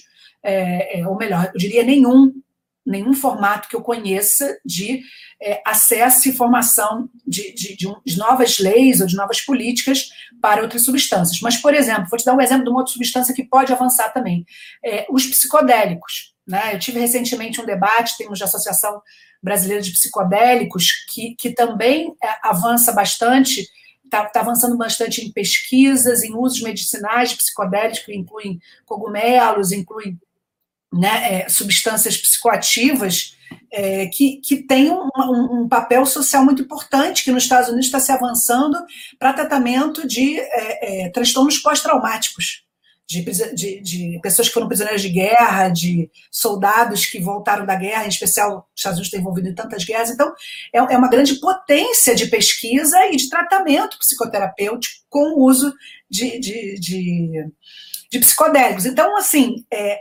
é, é, ou melhor, eu diria nenhum, nenhum formato que eu conheça de é, acesso e formação de, de, de, de novas leis ou de novas políticas para outras substâncias. Mas, por exemplo, vou te dar um exemplo de uma outra substância que pode avançar também, é, os psicodélicos. Né? Eu tive recentemente um debate, temos a Associação Brasileira de Psicodélicos, que, que também é, avança bastante, está tá avançando bastante em pesquisas, em usos medicinais de psicodélicos, que incluem cogumelos, incluem né, é, substâncias psicoativas é, que, que têm um, um, um papel social muito importante, que nos Estados Unidos está se avançando para tratamento de é, é, transtornos pós-traumáticos, de, de, de pessoas que foram prisioneiras de guerra, de soldados que voltaram da guerra, em especial os Estados Unidos está envolvido em tantas guerras. Então, é, é uma grande potência de pesquisa e de tratamento psicoterapêutico com o uso de, de, de, de psicodélicos. Então, assim, é,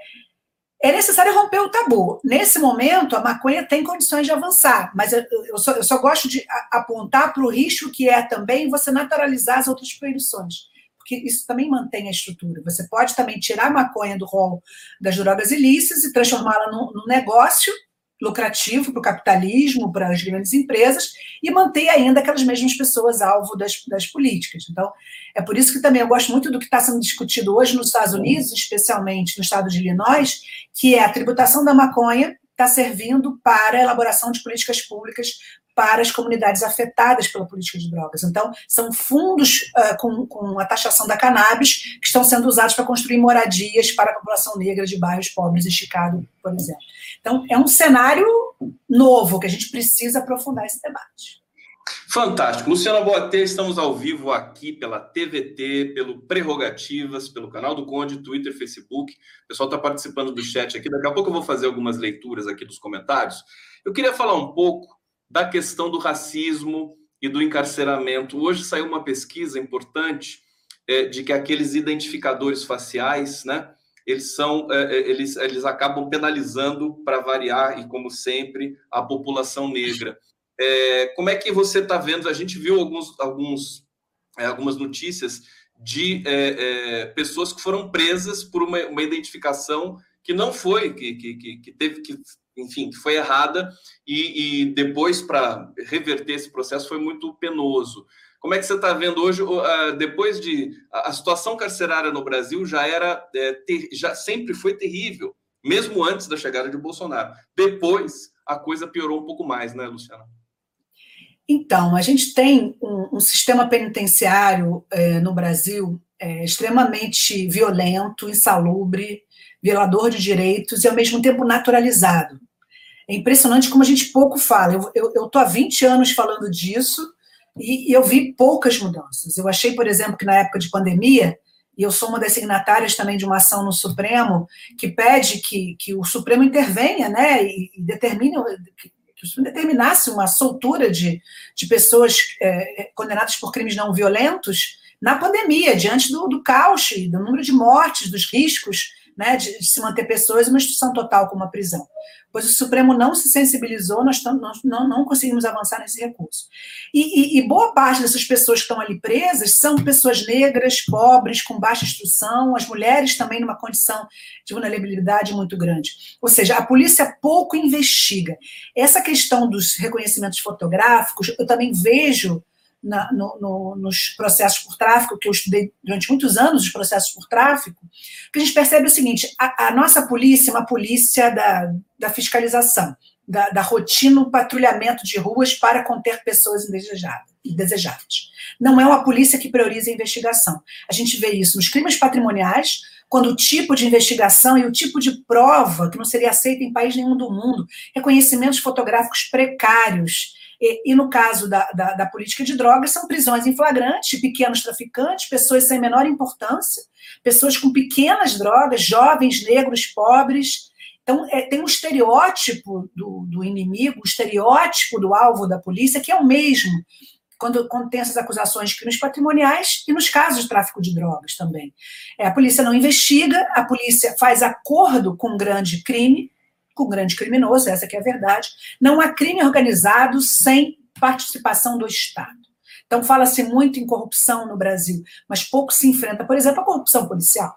É necessário romper o tabu. Nesse momento, a maconha tem condições de avançar, mas eu, eu, só, eu só gosto de apontar para o risco que é também você naturalizar as outras proibições, porque isso também mantém a estrutura. Você pode também tirar a maconha do rol das drogas ilícitas e transformá-la num, num negócio lucrativo para o capitalismo, para as grandes empresas, e manter ainda aquelas mesmas pessoas alvo das, das políticas. Então, é por isso que também eu gosto muito do que está sendo discutido hoje nos Estados Unidos, especialmente no estado de Illinois, que é a tributação da maconha está servindo para a elaboração de políticas públicas para as comunidades afetadas pela política de drogas. Então, são fundos uh, com, com a taxação da cannabis que estão sendo usados para construir moradias para a população negra de bairros pobres em Chicago, por exemplo. Então, é um cenário novo que a gente precisa aprofundar esse debate. Fantástico. Luciana Boatê, estamos ao vivo aqui pela T V T, pelo Prerrogativas, pelo canal do Conde, Twitter, Facebook. O pessoal está participando do chat aqui. Daqui a pouco eu vou fazer algumas leituras aqui dos comentários. Eu queria falar um pouco da questão do racismo e do encarceramento. Hoje saiu uma pesquisa importante é, de que aqueles identificadores faciais, né, eles, são, é, eles, eles acabam penalizando, para variar, e como sempre, a população negra. É, como é que você está vendo? A gente viu alguns, alguns, é, algumas notícias de é, é, pessoas que foram presas por uma, uma identificação que não foi, que, que, que teve que... enfim, que foi errada, e, e depois, para reverter esse processo, foi muito penoso. Como é que você está vendo hoje, uh, depois de... A, a situação carcerária no Brasil já era, é, ter, já sempre foi terrível, mesmo antes da chegada de Bolsonaro. Depois, a coisa piorou um pouco mais, né, Luciana? Então, a gente tem um, um sistema penitenciário é, no Brasil é, extremamente violento, insalubre, violador de direitos e, ao mesmo tempo, naturalizado. É impressionante como a gente pouco fala. Eu estou há vinte anos falando disso e, e eu vi poucas mudanças. Eu achei, por exemplo, que na época de pandemia, e eu sou uma das signatárias também de uma ação no Supremo, que pede que, que o Supremo intervenha, né, e, e determine, que, que o Supremo determinasse uma soltura de, de pessoas é, condenadas por crimes não violentos na pandemia, diante do, do caos, do número de mortes, dos riscos, né, de, de se manter pessoas em uma instituição total como a prisão. Pois o Supremo não se sensibilizou, nós, tam, nós não, não conseguimos avançar nesse recurso. E, e, e boa parte dessas pessoas que estão ali presas são pessoas negras, pobres, com baixa instrução, as mulheres também numa condição de vulnerabilidade muito grande. Ou seja, a polícia pouco investiga. Essa questão dos reconhecimentos fotográficos, eu também vejo Na, no, no, nos processos por tráfico, que eu estudei durante muitos anos os processos por tráfico, que a gente percebe o seguinte: a, a nossa polícia é uma polícia da, da fiscalização, da, da rotina, o patrulhamento de ruas para conter pessoas indesejáveis. Não é uma polícia que prioriza a investigação. A gente vê isso nos crimes patrimoniais, quando o tipo de investigação e o tipo de prova, que não seria aceita em país nenhum do mundo, reconhecimentos fotográficos precários. E, e no caso da, da, da política de drogas, são prisões em flagrante de pequenos traficantes, pessoas sem menor importância, pessoas com pequenas drogas, jovens, negros, pobres. Então, é, tem um estereótipo do, do inimigo, um estereótipo do alvo da polícia, que é o mesmo quando, quando tem essas acusações de crimes patrimoniais e nos casos de tráfico de drogas também. É, a polícia não investiga, a polícia faz acordo com um grande crime, com um grande criminoso, essa que é a verdade. Não há crime organizado sem participação do Estado. Então, fala-se muito em corrupção no Brasil, mas pouco se enfrenta, por exemplo, a corrupção policial.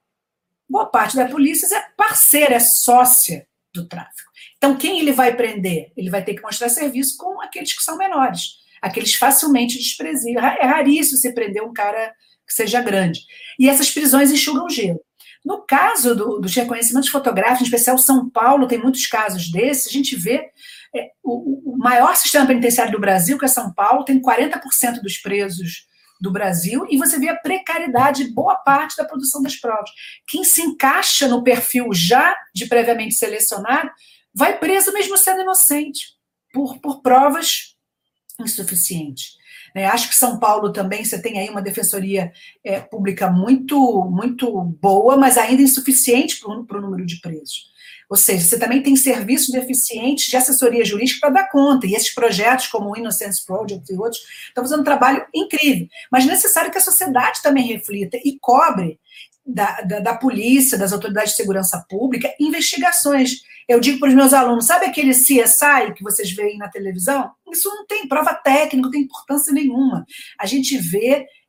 Boa parte da polícia é parceira, é sócia do tráfico. Então, quem ele vai prender? Ele vai ter que mostrar serviço com aqueles que são menores, aqueles facilmente desprezíveis. É raríssimo se prender um cara que seja grande. E essas prisões enxugam gelo. No caso do, dos reconhecimentos fotográficos, em especial São Paulo, tem muitos casos desses, a gente vê é, o, o maior sistema penitenciário do Brasil, que é São Paulo, tem quarenta por cento dos presos do Brasil, e você vê a precariedade de boa parte da produção das provas. Quem se encaixa no perfil já de previamente selecionado, vai preso mesmo sendo inocente, por, por provas insuficientes. É, acho que São Paulo também, você tem aí uma defensoria é, pública muito, muito boa, mas ainda insuficiente para o número de presos. Ou seja, você também tem serviços deficientes de assessoria jurídica para dar conta, e esses projetos, como o Innocence Project e outros, estão fazendo um trabalho incrível, mas é necessário que a sociedade também reflita e cobre da, da, da polícia, das autoridades de segurança pública, investigações. Eu digo para os meus alunos, sabe aquele C S I que vocês veem na televisão? Isso não tem prova técnica, não tem importância nenhuma. A gente vê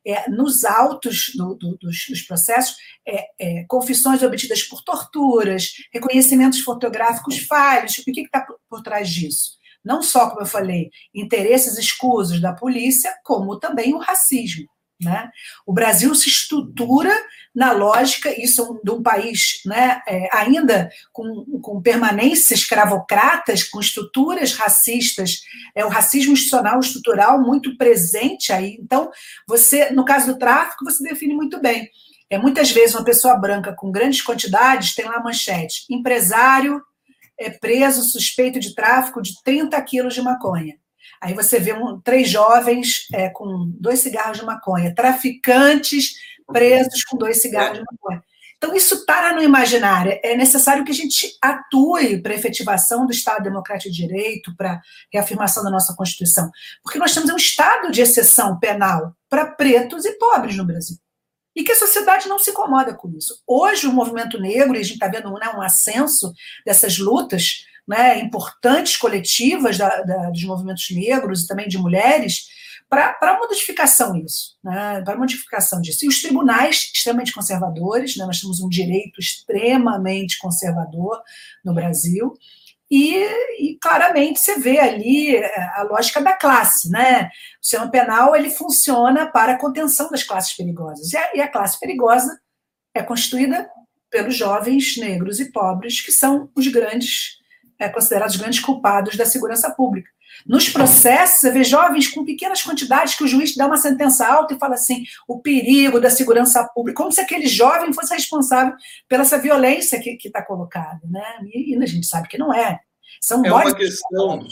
é, nos autos do, do, dos, dos processos, é, é, confissões obtidas por torturas, reconhecimentos fotográficos falhos. O que está por, por trás disso? Não só, como eu falei, interesses escusos da polícia, como também o racismo. Né? O Brasil se estrutura na lógica, isso de um país, né, é, ainda com, com permanência escravocratas, com estruturas racistas, é, o racismo institucional estrutural muito presente aí. Então, você, no caso do tráfico, você define muito bem. É, muitas vezes uma pessoa branca com grandes quantidades tem lá a manchete: empresário é preso suspeito de tráfico de trinta quilos de maconha. Aí você vê um, três jovens é, com dois cigarros de maconha, traficantes presos com dois cigarros de maconha. Então, isso está no imaginário. É necessário que a gente atue para a efetivação do Estado Democrático de Direito, para a reafirmação da nossa Constituição. Porque nós temos um estado de exceção penal para pretos e pobres no Brasil. E que a sociedade não se incomoda com isso. Hoje, o movimento negro, e a gente está vendo, né, um ascenso dessas lutas, né, importantes, coletivas da, da, dos movimentos negros e também de mulheres, para a modificação disso, né, para a modificação disso. E os tribunais extremamente conservadores, né, nós temos um direito extremamente conservador no Brasil, e, e claramente você vê ali a lógica da classe. Né? O sistema penal ele funciona para a contenção das classes perigosas, e a, e a classe perigosa é constituída pelos jovens negros e pobres, que são os grandes É, considerados grandes culpados da segurança pública. Nos processos, você vê jovens com pequenas quantidades que o juiz dá uma sentença alta e fala assim, o perigo da segurança pública, como se aquele jovem fosse responsável pela essa violência que está colocada. Né? E, e a gente sabe que não é. São é uma questão,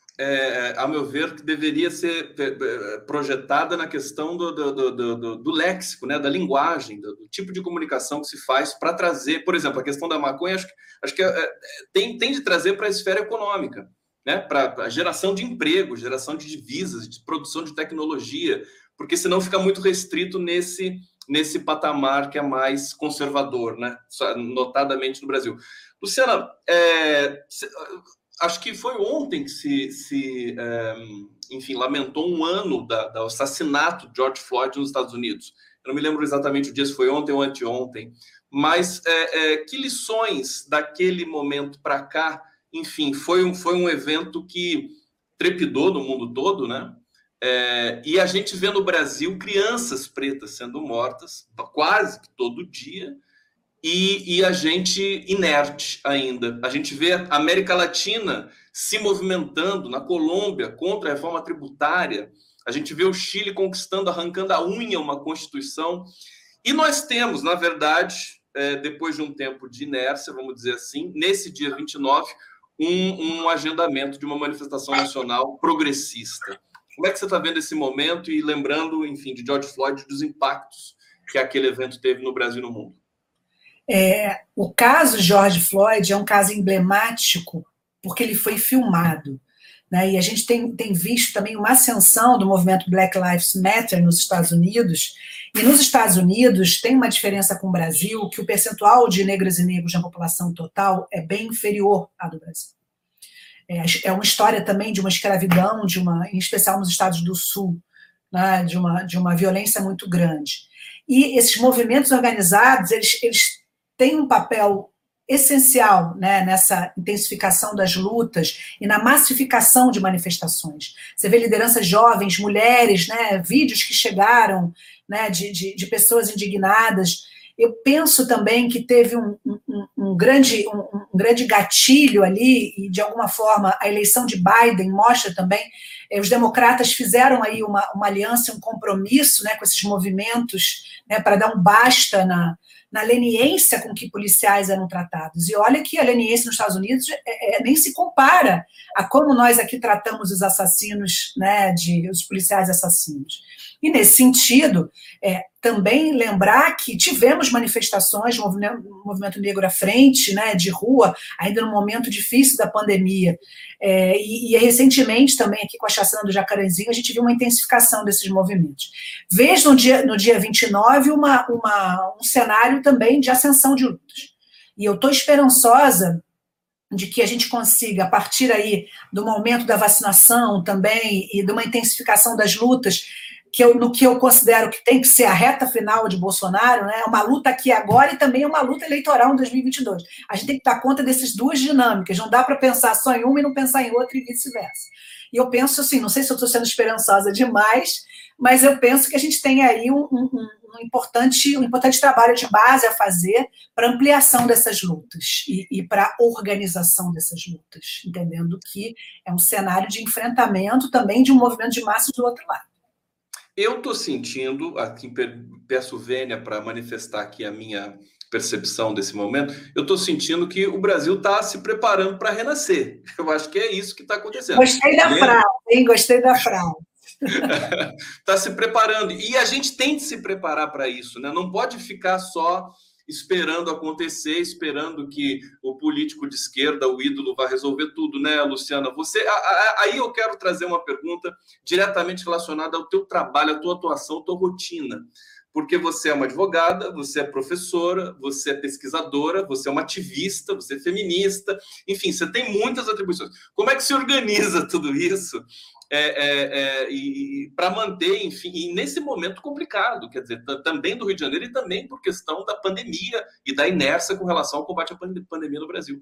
é, a meu ver, que deveria ser projetada na questão do, do, do, do, do léxico, né? Da linguagem, do, do tipo de comunicação que se faz para trazer, por exemplo, a questão da maconha, acho que Acho que é, tem, tem de trazer para a esfera econômica, né? Para a geração de emprego, geração de divisas, de produção de tecnologia, porque senão fica muito restrito nesse, nesse patamar que é mais conservador, né? Notadamente no Brasil. Luciana, é, acho que foi ontem que se, se é, enfim, lamentou um ano da, do assassinato de George Floyd nos Estados Unidos. Eu não me lembro exatamente o dia, se foi ontem ou anteontem. Mas é, é, que lições daquele momento para cá, enfim, foi um, foi um evento que trepidou no mundo todo, né? É, e a gente vê no Brasil crianças pretas sendo mortas quase que todo dia e, e a gente inerte ainda. A gente vê a América Latina se movimentando na Colômbia contra a reforma tributária, a gente vê o Chile conquistando, arrancando a unha uma Constituição, e nós temos, na verdade, é, depois de um tempo de inércia, vamos dizer assim, nesse dia vinte e nove, um, um agendamento de uma manifestação nacional progressista. Como é que você está vendo esse momento e lembrando, enfim, de George Floyd, dos impactos que aquele evento teve no Brasil e no mundo? É, o caso George Floyd é um caso emblemático porque ele foi filmado, né? E a gente tem, tem visto também uma ascensão do movimento Black Lives Matter nos Estados Unidos, e nos Estados Unidos tem uma diferença com o Brasil, que o percentual de negras e negros na população total é bem inferior à do Brasil. É, é uma história também de uma escravidão, de uma, em especial nos Estados do Sul, né? de, uma, de uma violência muito grande. E esses movimentos organizados, eles, eles têm um papel essencial, né, nessa intensificação das lutas e na massificação de manifestações. Você vê lideranças jovens, mulheres, né, vídeos que chegaram, né, de, de, de pessoas indignadas. Eu penso também que teve um, um, um, grande, um, um grande gatilho ali, e de alguma forma a eleição de Biden mostra também, eh, os democratas fizeram aí uma, uma aliança, um compromisso, né, com esses movimentos, né, para dar um basta na, na leniência com que policiais eram tratados. E olha que a leniência nos Estados Unidos é, é, nem se compara a como nós aqui tratamos os assassinos, né, de, os policiais assassinos. E, nesse sentido, é, também lembrar que tivemos manifestações, movimento, movimento negro à frente, né, de rua, ainda no momento difícil da pandemia. É, e, e, recentemente, também, aqui com a chacina do Jacarezinho, a gente viu uma intensificação desses movimentos. Vejo no dia, no dia vinte e nove uma, uma, um cenário também de ascensão de lutas. E eu estou esperançosa de que a gente consiga, a partir aí do aumento da vacinação também e de uma intensificação das lutas, que eu, no que eu considero que tem que ser a reta final de Bolsonaro, né? É uma luta aqui agora e também é uma luta eleitoral em dois mil e vinte e dois. A gente tem que dar conta dessas duas dinâmicas, não dá para pensar só em uma e não pensar em outra e vice-versa. E eu penso assim, não sei se eu estou sendo esperançosa demais, mas eu penso que a gente tem aí um, um, um, importante, um importante trabalho de base a fazer para ampliação dessas lutas e, e para organização dessas lutas, entendendo que é um cenário de enfrentamento também de um movimento de massas do outro lado. Eu estou sentindo, aqui peço Vênia para manifestar aqui a minha percepção desse momento, eu estou sentindo que o Brasil está se preparando para renascer. Eu acho que é isso que está acontecendo. Gostei da e... frase, hein? Gostei da frase. Está se preparando. E a gente tem que se preparar para isso, né? Não pode ficar só esperando acontecer, esperando que o político de esquerda, o ídolo, vai resolver tudo, né, Luciana? Você, a, a, aí eu quero trazer uma pergunta diretamente relacionada ao teu trabalho, à tua atuação, à tua rotina. Porque você é uma advogada, você é professora, você é pesquisadora, você é uma ativista, você é feminista, enfim, você tem muitas atribuições. Como é que se organiza tudo isso é, é, é, e, para manter, enfim, e nesse momento complicado, quer dizer, também do Rio de Janeiro e também por questão da pandemia e da inércia com relação ao combate à pandemia no Brasil?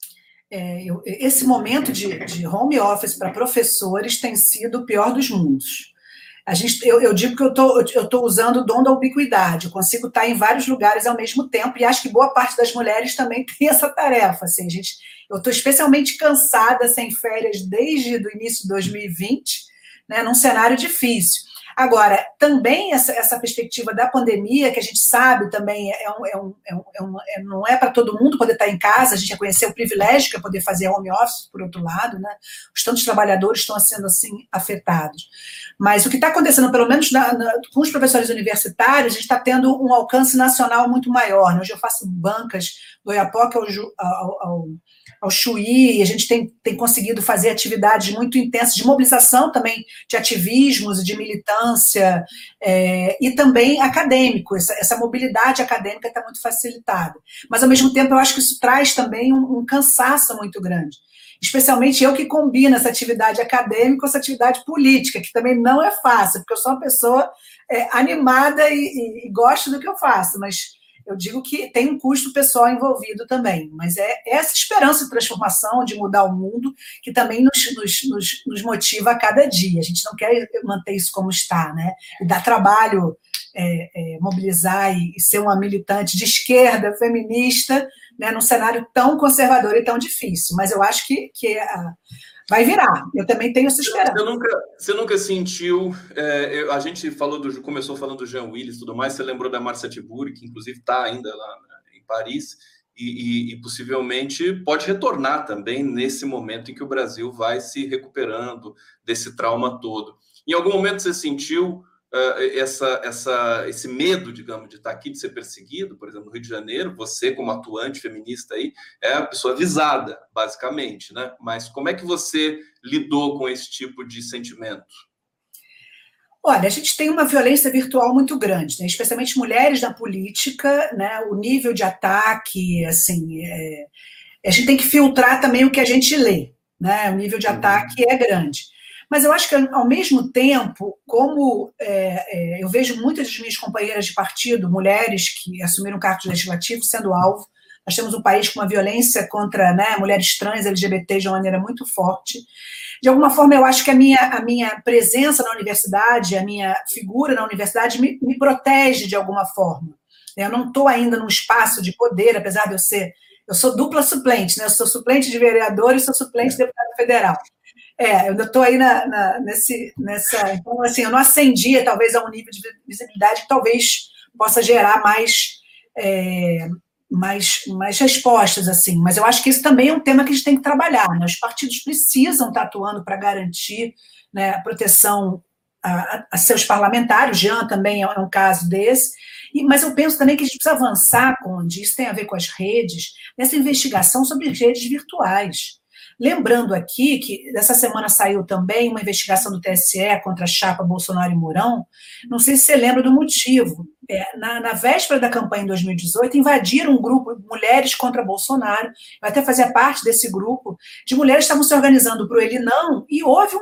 É, eu, esse momento de, de home office para professores tem sido o pior dos mundos. A gente, eu, eu digo que eu tô, estou usando o dom da ubiquidade, eu consigo estar em vários lugares ao mesmo tempo, e acho que boa parte das mulheres também tem essa tarefa. Assim, a gente, eu estou especialmente cansada, sem férias, desde o início de dois mil e vinte, né, num cenário difícil. Agora, também essa, essa perspectiva da pandemia, que a gente sabe também, é um, é um, é um, é um, é, não é para todo mundo poder estar em casa, a gente reconheceu o privilégio que é poder fazer home office, por outro lado, né? Os tantos trabalhadores estão sendo assim afetados. Mas o que está acontecendo, pelo menos na, na, com os professores universitários, a gente está tendo um alcance nacional muito maior, né? Hoje eu faço bancas do Oiapoque ao, ao, ao ao Chuí, a gente tem, tem conseguido fazer atividades muito intensas de mobilização também de ativismos e de militância, é, e também acadêmico, essa, essa mobilidade acadêmica está muito facilitada. Mas, ao mesmo tempo, eu acho que isso traz também um, um cansaço muito grande. Especialmente eu que combino essa atividade acadêmica com essa atividade política, que também não é fácil, porque eu sou uma pessoa é, animada e, e, e gosto do que eu faço, mas eu digo que tem um custo pessoal envolvido também, mas é essa esperança de transformação, de mudar o mundo, que também nos, nos, nos, nos motiva a cada dia. A gente não quer manter isso como está, né? E dá trabalho é, é, mobilizar e, e ser uma militante de esquerda, feminista, né, num cenário tão conservador e tão difícil. Mas eu acho que, que a, vai virar. Eu também tenho essa esperança. Você nunca, você nunca sentiu... É, eu, a gente falou do, começou falando do Jean Willis e tudo mais, você lembrou da Marcia Tiburi, que inclusive está ainda lá em Paris, e, e, e possivelmente pode retornar também nesse momento em que o Brasil vai se recuperando desse trauma todo. Em algum momento você sentiu uh, essa, essa, esse medo, digamos, de estar aqui, de ser perseguido, por exemplo, no Rio de Janeiro? Você, como atuante feminista aí, é a pessoa avisada, basicamente, né? Mas como é que você lidou com esse tipo de sentimento? Olha, a gente tem uma violência virtual muito grande, né? Especialmente mulheres na política, né? O nível de ataque, assim, é... a gente tem que filtrar também o que a gente lê, né? O nível de ataque é grande. Mas eu acho que, ao mesmo tempo, como é, é, eu vejo muitas das minhas companheiras de partido, mulheres que assumiram cargos legislativos, sendo alvo, nós temos um país com uma violência contra, né, mulheres trans, L G B T de uma maneira muito forte. De alguma forma, eu acho que a minha, a minha presença na universidade, a minha figura na universidade me, me protege de alguma forma. Eu não estou ainda num espaço de poder, apesar de eu ser... Eu sou dupla suplente, né? Eu sou suplente de vereador e sou suplente de deputado federal. É, eu estou aí na, na, nesse, nessa... Então, assim, eu não ascendia, talvez, a um nível de visibilidade que talvez possa gerar mais... É, Mais, mais respostas, assim, mas eu acho que isso também é um tema que a gente tem que trabalhar, né? Os partidos precisam estar atuando para garantir, né, a proteção a, a seus parlamentares. Jean também é um caso desse, e, mas eu penso também que a gente precisa avançar, Conde, isso tem a ver com as redes, nessa investigação sobre redes virtuais. Lembrando aqui que essa semana saiu também uma investigação do T S E contra a chapa Bolsonaro e Mourão. Não sei se você lembra do motivo. É, na, na véspera da campanha em dois mil e dezoito, invadiram um grupo de mulheres contra Bolsonaro. Eu até fazia parte desse grupo, de mulheres que estavam se organizando para o ele não, e houve um,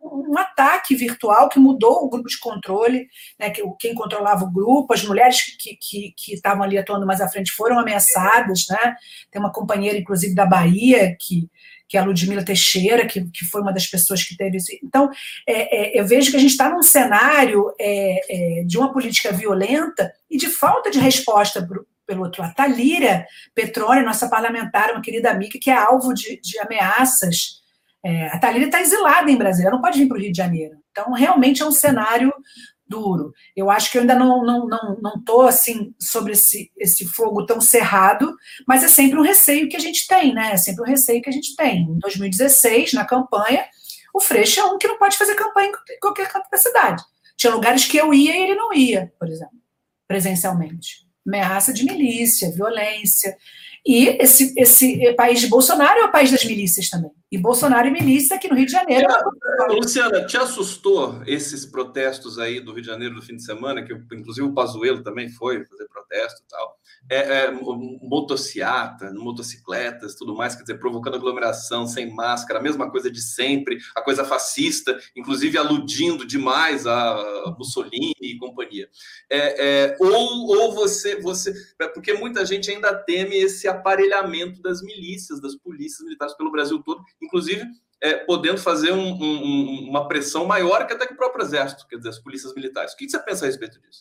um ataque virtual que mudou o grupo de controle, né, que, quem controlava o grupo, as mulheres que, que, que estavam ali atuando mais à frente foram ameaçadas, né? Tem uma companheira, inclusive, da Bahia, que, que é a Ludmila Teixeira, que, que foi uma das pessoas que teve isso. Então, é, é, eu vejo que a gente está num cenário é, é, de uma política violenta e de falta de resposta pro, pelo outro lado. Talíria Petroni, nossa parlamentar, uma querida amiga, que é alvo de, de ameaças. É, a Talíria está exilada em Brasília, ela não pode vir para o Rio de Janeiro. Então, realmente é um cenário duro. Eu acho que eu ainda não estou não, não, não tô, assim, sobre esse, esse fogo tão cerrado, mas é sempre um receio que a gente tem, né? É sempre um receio que a gente tem. Em dois mil e dezesseis, na campanha, o Freixo é um que não pode fazer campanha em qualquer canto da cidade. Tinha lugares que eu ia e ele não ia, por exemplo, presencialmente. Ameaça de milícia, violência. E esse, esse país de Bolsonaro é o país das milícias também. E Bolsonaro e milícia aqui no Rio de Janeiro. É, Luciana, te assustou esses protestos aí do Rio de Janeiro no fim de semana, que inclusive o Pazuello também foi fazer protesto e tal? É, é, motociata, motocicletas, tudo mais, quer dizer, provocando aglomeração, sem máscara, a mesma coisa de sempre, a coisa fascista, inclusive aludindo demais a Mussolini e companhia. É, é, ou ou você, você... Porque muita gente ainda teme esse aparelhamento das milícias, das polícias militares pelo Brasil todo, inclusive é, podendo fazer um, um, uma pressão maior que até que o próprio Exército, quer dizer, as polícias militares. O que você pensa a respeito disso?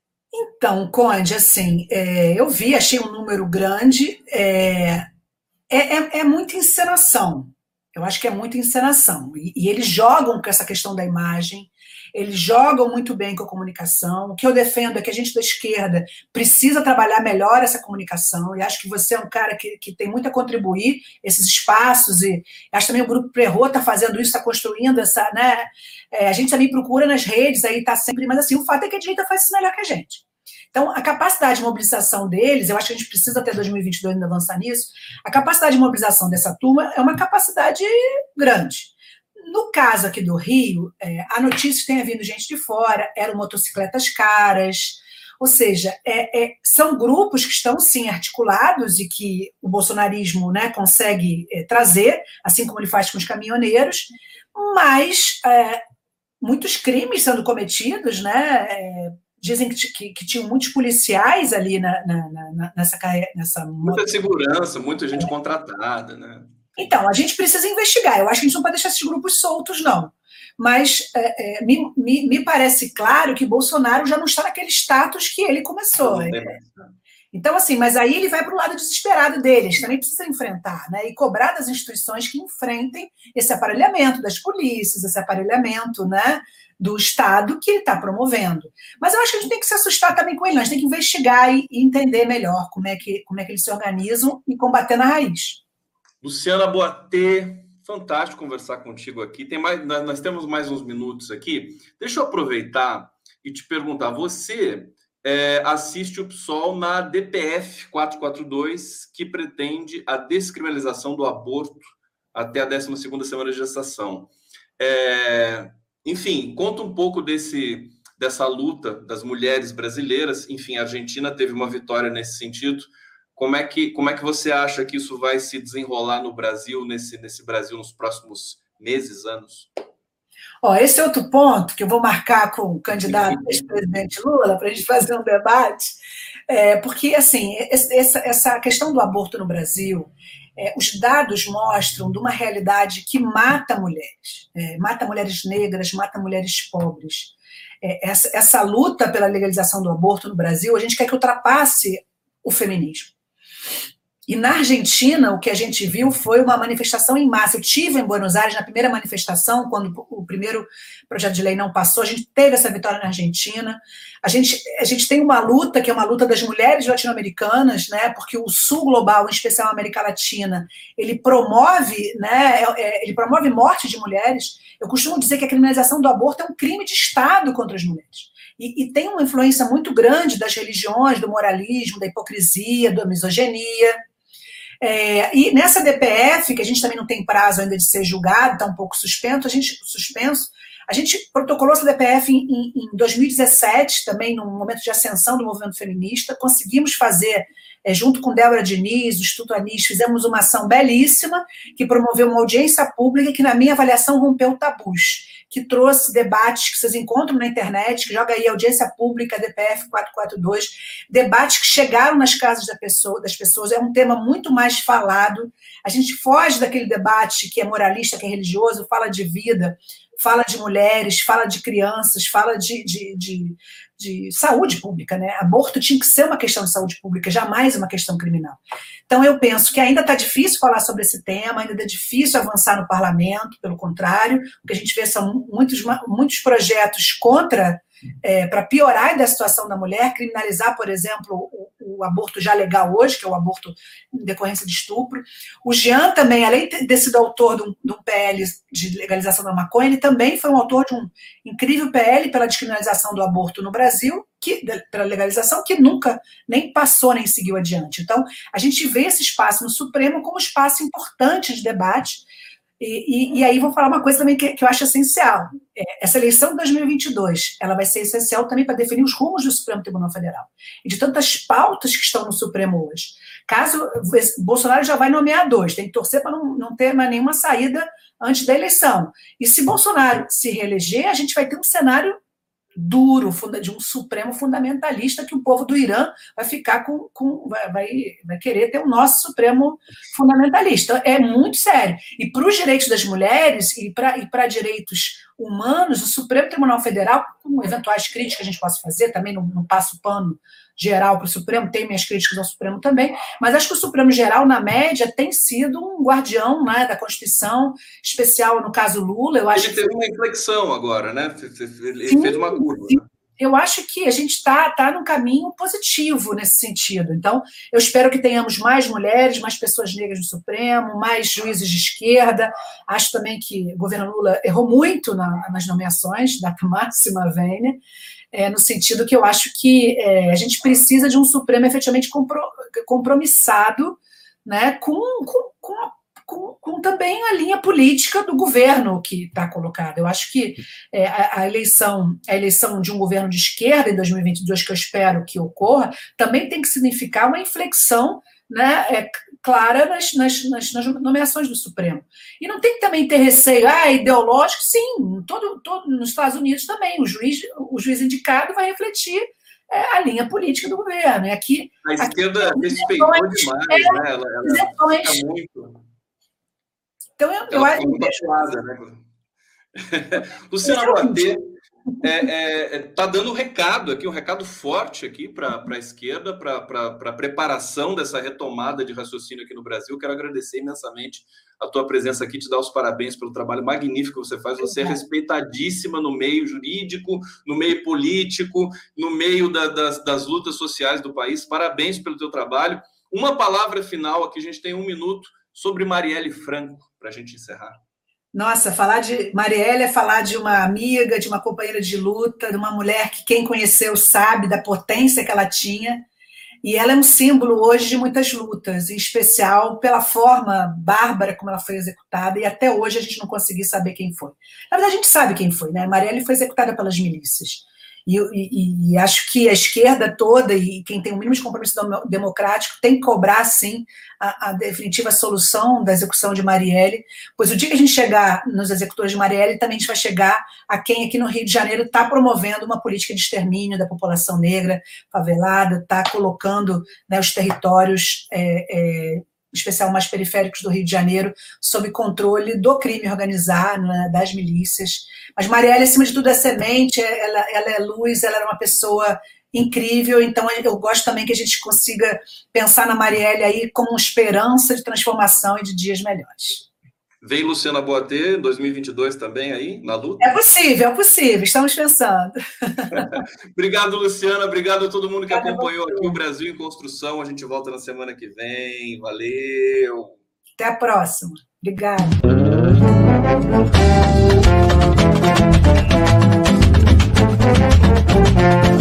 Então, Conde, assim, é, eu vi, achei um número grande, é, é, é muita encenação, eu acho que é muita encenação, e, e eles jogam com essa questão da imagem, eles jogam muito bem com a comunicação. O que eu defendo é que a gente da esquerda precisa trabalhar melhor essa comunicação, e acho que você é um cara que, que tem muito a contribuir esses espaços, e acho também o Grupo Perrot está fazendo isso, está construindo essa, né? É, a gente também procura nas redes, aí está sempre, mas assim, o fato é que a direita faz isso melhor que a gente. Então, a capacidade de mobilização deles, eu acho que a gente precisa até dois mil e vinte e dois ainda avançar nisso, a capacidade de mobilização dessa turma é uma capacidade grande. No caso aqui do Rio, é, a notícia que tenha vindo gente de fora, eram motocicletas caras, ou seja, é, é, são grupos que estão, sim, articulados e que o bolsonarismo, né, consegue é, trazer, assim como ele faz com os caminhoneiros, mas é, muitos crimes sendo cometidos, né, é, dizem que, que, que tinham muitos policiais ali na, na, na, nessa, nessa... Muita segurança, muita gente contratada, né? Então, a gente precisa investigar. Eu acho que a gente não pode deixar esses grupos soltos, não. Mas é, é, me, me, me parece claro que Bolsonaro já não está naquele status que ele começou. É. Então, assim, mas aí ele vai para o lado desesperado deles, também precisa enfrentar, né? E cobrar das instituições que enfrentem esse aparelhamento das polícias, esse aparelhamento, né, do Estado que ele está promovendo. Mas eu acho que a gente tem que se assustar também com ele, nós temos que investigar e, e entender melhor como é, que, como é que eles se organizam e combater na raiz. Luciana Boatê, fantástico conversar contigo aqui. Tem mais, nós temos mais uns minutos aqui. Deixa eu aproveitar e te perguntar. Você é, assiste o P SOL na D P F quatrocentos e quarenta e dois, que pretende a descriminalização do aborto até a décima segunda semana de gestação. É, enfim, conta um pouco desse, dessa luta das mulheres brasileiras. Enfim, a Argentina teve uma vitória nesse sentido. Como é que, como é que você acha que isso vai se desenrolar no Brasil, nesse, nesse Brasil, nos próximos meses, anos? Ó, esse é outro ponto que eu vou marcar com o candidato ex-presidente Lula para a gente fazer um debate, é, porque, assim, essa, essa questão do aborto no Brasil, é, os dados mostram de uma realidade que mata mulheres, é, mata mulheres negras, mata mulheres pobres. É, essa, essa luta pela legalização do aborto no Brasil, a gente quer que ultrapasse o feminismo. E na Argentina, o que a gente viu foi uma manifestação em massa. Eu estive em Buenos Aires na primeira manifestação, quando o primeiro projeto de lei não passou, a gente teve essa vitória na Argentina. A gente, a gente tem uma luta, que é uma luta das mulheres latino-americanas, né, porque o Sul global, em especial a América Latina, ele promove, né, ele promove morte de mulheres. Eu costumo dizer que a criminalização do aborto é um crime de Estado contra as mulheres. E, e tem uma influência muito grande das religiões, do moralismo, da hipocrisia, da misoginia. É, e nessa D P F, que a gente também não tem prazo ainda de ser julgado, está um pouco suspenso, a gente, suspenso, A gente protocolou essa D P F em, em, em dois mil e dezessete, também num momento de ascensão do movimento feminista. Conseguimos fazer, é, junto com Débora Diniz, do Instituto Anis, fizemos uma ação belíssima que promoveu uma audiência pública que, na minha avaliação, rompeu tabus, que trouxe debates que vocês encontram na internet, que joga aí audiência pública, D P F quatrocentos e quarenta e dois, debates que chegaram nas casas da pessoa, das pessoas, é um tema muito mais falado. A gente foge daquele debate que é moralista, que é religioso, fala de vida, fala de mulheres, fala de crianças, fala de, de, de, de saúde pública, né? Aborto tinha que ser uma questão de saúde pública, jamais uma questão criminal. Então, eu penso que ainda está difícil falar sobre esse tema, ainda é difícil avançar no parlamento, pelo contrário, o que a gente vê são muitos, muitos projetos contra, é, para piorar a situação da mulher, criminalizar, por exemplo, o, o aborto já legal hoje, que é o aborto em decorrência de estupro. O Jean também, além de ter sido autor de um, de um P L de legalização da maconha, ele também foi um autor de um incrível P L pela descriminalização do aborto no Brasil, que, pela legalização, que nunca nem passou, nem seguiu adiante. Então, a gente vê esse espaço no Supremo como um espaço importante de debate. E, e, e aí vou falar uma coisa também que, que eu acho essencial. É, essa eleição de dois mil e vinte e dois, ela vai ser essencial também para definir os rumos do Supremo Tribunal Federal e de tantas pautas que estão no Supremo hoje. Caso Bolsonaro já vai nomear dois, tem que torcer para não, não ter mais nenhuma saída antes da eleição. E se Bolsonaro se reeleger, a gente vai ter um cenário duro, de um Supremo fundamentalista, que o povo do Irã vai ficar com, com vai, vai, vai querer ter o nosso Supremo fundamentalista. É muito sério. E para os direitos das mulheres e para e para direitos humanos, o Supremo Tribunal Federal, com eventuais críticas que a gente possa fazer, também não, não passo pano geral para o Supremo, tem minhas críticas ao Supremo também, mas acho que o Supremo Geral, na média, tem sido um guardião, né, da Constituição, especial no caso Lula. Eu acho Ele teve que... uma inflexão agora, né? Ele sim, fez uma curva. Sim. Eu acho que a gente está tá num caminho positivo nesse sentido. Então, eu espero que tenhamos mais mulheres, mais pessoas negras no Supremo, mais juízes de esquerda. Acho também que o governo Lula errou muito na, nas nomeações, da máxima vênia, é, no sentido que eu acho que é, a gente precisa de um Supremo efetivamente compro, compromissado, né, com, com, com a Com, com também a linha política do governo que está colocada. Eu acho que é, a, a, eleição, a eleição de um governo de esquerda em dois mil e vinte e dois, que eu espero que ocorra, também tem que significar uma inflexão, né, é, clara nas, nas, nas, nas nomeações do Supremo. E não tem que também ter receio, ah, ideológico, sim, todo, todo, nos Estados Unidos também, o juiz, o juiz indicado vai refletir é, a linha política do governo. E aqui, a esquerda aqui, respeitou demais, é, né? Ela, ela fica muito... Então, eu, eu acho que... né? Luciana Boatê está é, é, tá dando um recado aqui, um recado forte aqui para a esquerda, para a preparação dessa retomada de raciocínio aqui no Brasil. Quero agradecer imensamente a tua presença aqui, te dar os parabéns pelo trabalho magnífico que você faz. Você é respeitadíssima no meio jurídico, no meio político, no meio da, das, das lutas sociais do país. Parabéns pelo teu trabalho. Uma palavra final aqui, a gente tem um minuto, sobre Marielle Franco, para a gente encerrar. Nossa, falar de Marielle é falar de uma amiga, de uma companheira de luta, de uma mulher que quem conheceu sabe da potência que ela tinha, e ela é um símbolo hoje de muitas lutas, em especial pela forma bárbara como ela foi executada, e até hoje a gente não conseguiu saber quem foi. Na verdade, a gente sabe quem foi, né? Marielle foi executada pelas milícias. E, e, e acho que a esquerda toda e quem tem o mínimo de compromisso democrático tem que cobrar, sim, a, a definitiva solução da execução de Marielle, pois o dia que a gente chegar nos executores de Marielle, também a gente vai chegar a quem aqui no Rio de Janeiro está promovendo uma política de extermínio da população negra, favelada, está colocando, né, os territórios... É, é, em especial mais periféricos do Rio de Janeiro, sob controle do crime organizado, né, das milícias. Mas Marielle, acima de tudo, é semente, ela, ela é luz, ela era uma pessoa incrível, então eu gosto também que a gente consiga pensar na Marielle aí como uma esperança de transformação e de dias melhores. Vem Luciana Boatê, dois mil e vinte e dois também aí, na luta? É possível, é possível, estamos pensando. Obrigado, Luciana, obrigado a todo mundo que Obrigada acompanhou aqui o Brasil em Construção. A gente volta na semana que vem. Valeu! Até a próxima. Obrigada. Thank you.